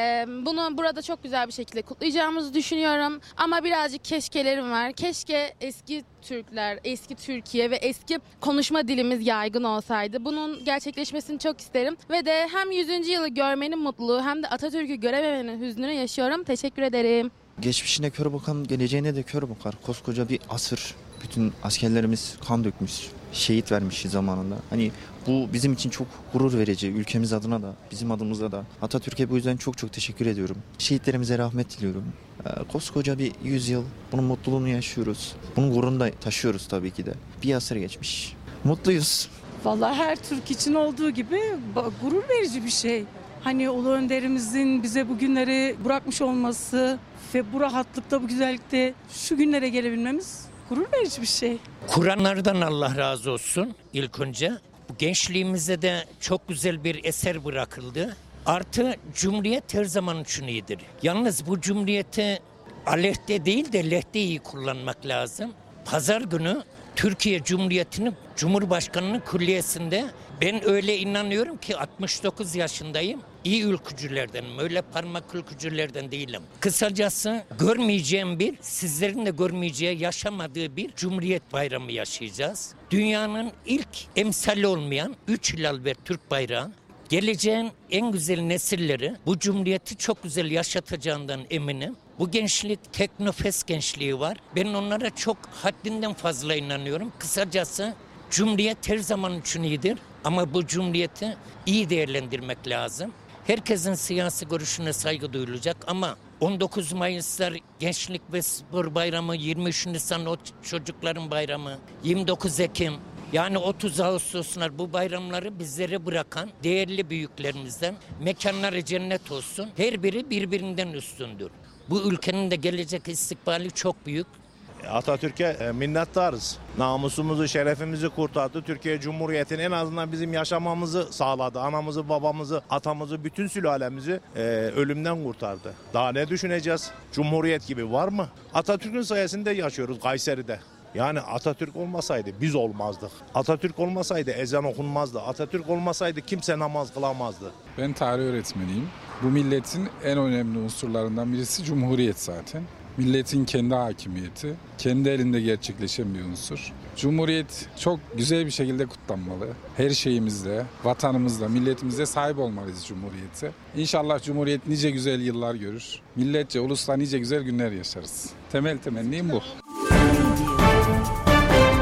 Bunu burada çok güzel bir şekilde kutlayacağımızı düşünüyorum. Ama birazcık keşkelerim var. Keşke eski Türkler, eski Türkiye ve eski konuşma dilimiz yaygın olsaydı. Bunun gerçekleşmesini çok isterim. Ve de hem 100. yılı görmenin mutluluğu hem de Atatürk'ü görememenin hüznünü yaşıyorum. Teşekkür ederim. Geçmişine kör bakan, geleceğine de kör bakar. Koskoca bir asır. Bütün askerlerimiz kan dökmüş, şehit vermiş zamanında. Hani bu bizim için çok gurur verici. Ülkemiz adına da, bizim adımıza da. Atatürk'e bu yüzden çok çok teşekkür ediyorum. Şehitlerimize rahmet diliyorum. Koskoca bir 100 yıl. Bunun mutluluğunu yaşıyoruz. Bunun gururunu da taşıyoruz tabii ki de. Bir asır geçmiş. Mutluyuz. Vallahi her Türk için olduğu gibi gurur verici bir şey. Hani Ulu Önderimizin bize bu günleri bırakmış olması ve bu rahatlıkta, bu güzellikte şu günlere gelebilmemiz gurur verici bir şey. Kur'anlardan Allah razı olsun ilk önce. Bu gençliğimizde de çok güzel bir eser bırakıldı. Artı Cumhuriyet her zaman için iyidir. Yalnız bu Cumhuriyeti aleyhte değil de lehte iyi kullanmak lazım. Pazar günü Türkiye Cumhuriyeti'nin Cumhurbaşkanı'nın külliyesinde ben öyle inanıyorum ki 69 yaşındayım. İyi ülkücülerdenim. Öyle parmak ülkücülerden değilim. Kısacası görmeyeceğim sizlerin de görmeyeceği, yaşamadığı bir Cumhuriyet Bayramı yaşayacağız. Dünyanın ilk emsali olmayan 3 hilal ve Türk bayrağı geleceğin en güzel nesilleri bu Cumhuriyeti çok güzel yaşatacağından eminim. Bu gençlik teknofest gençliği var. Ben onlara çok haddinden fazla inanıyorum. Kısacası Cumhuriyet her zaman için iyidir. Ama bu Cumhuriyeti iyi değerlendirmek lazım. Herkesin siyasi görüşüne saygı duyulacak ama 19 Mayıslar Gençlik ve Spor Bayramı, 23 Nisan o çocukların bayramı, 29 Ekim yani 30 Ağustoslar bu bayramları bizlere bırakan değerli büyüklerimizden mekanları cennet olsun. Her biri birbirinden üstündür. Bu ülkenin de gelecek istikbali çok büyük. Atatürk'e minnettarız. Namusumuzu, şerefimizi kurtardı. Türkiye Cumhuriyeti'nin en azından bizim yaşamamızı sağladı. Anamızı, babamızı, atamızı, bütün sülalemizi ölümden kurtardı. Daha ne düşüneceğiz? Cumhuriyet gibi var mı? Atatürk'ün sayesinde yaşıyoruz Kayseri'de. Yani Atatürk olmasaydı biz olmazdık. Atatürk olmasaydı ezan okunmazdı. Atatürk olmasaydı kimse namaz kılamazdı. Ben tarih öğretmeniyim. Bu milletin en önemli unsurlarından birisi Cumhuriyet zaten. Milletin kendi hakimiyeti, kendi elinde gerçekleşen bir unsur. Cumhuriyet çok güzel bir şekilde kutlanmalı. Her şeyimizde, vatanımızda, milletimizde sahip olmalıyız Cumhuriyet'e. İnşallah Cumhuriyet nice güzel yıllar görür. Milletçe, ulusla nice güzel günler yaşarız. Temel temennim bu.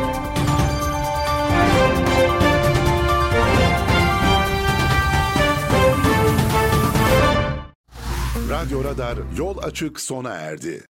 Radyo Radar yol açık sona erdi.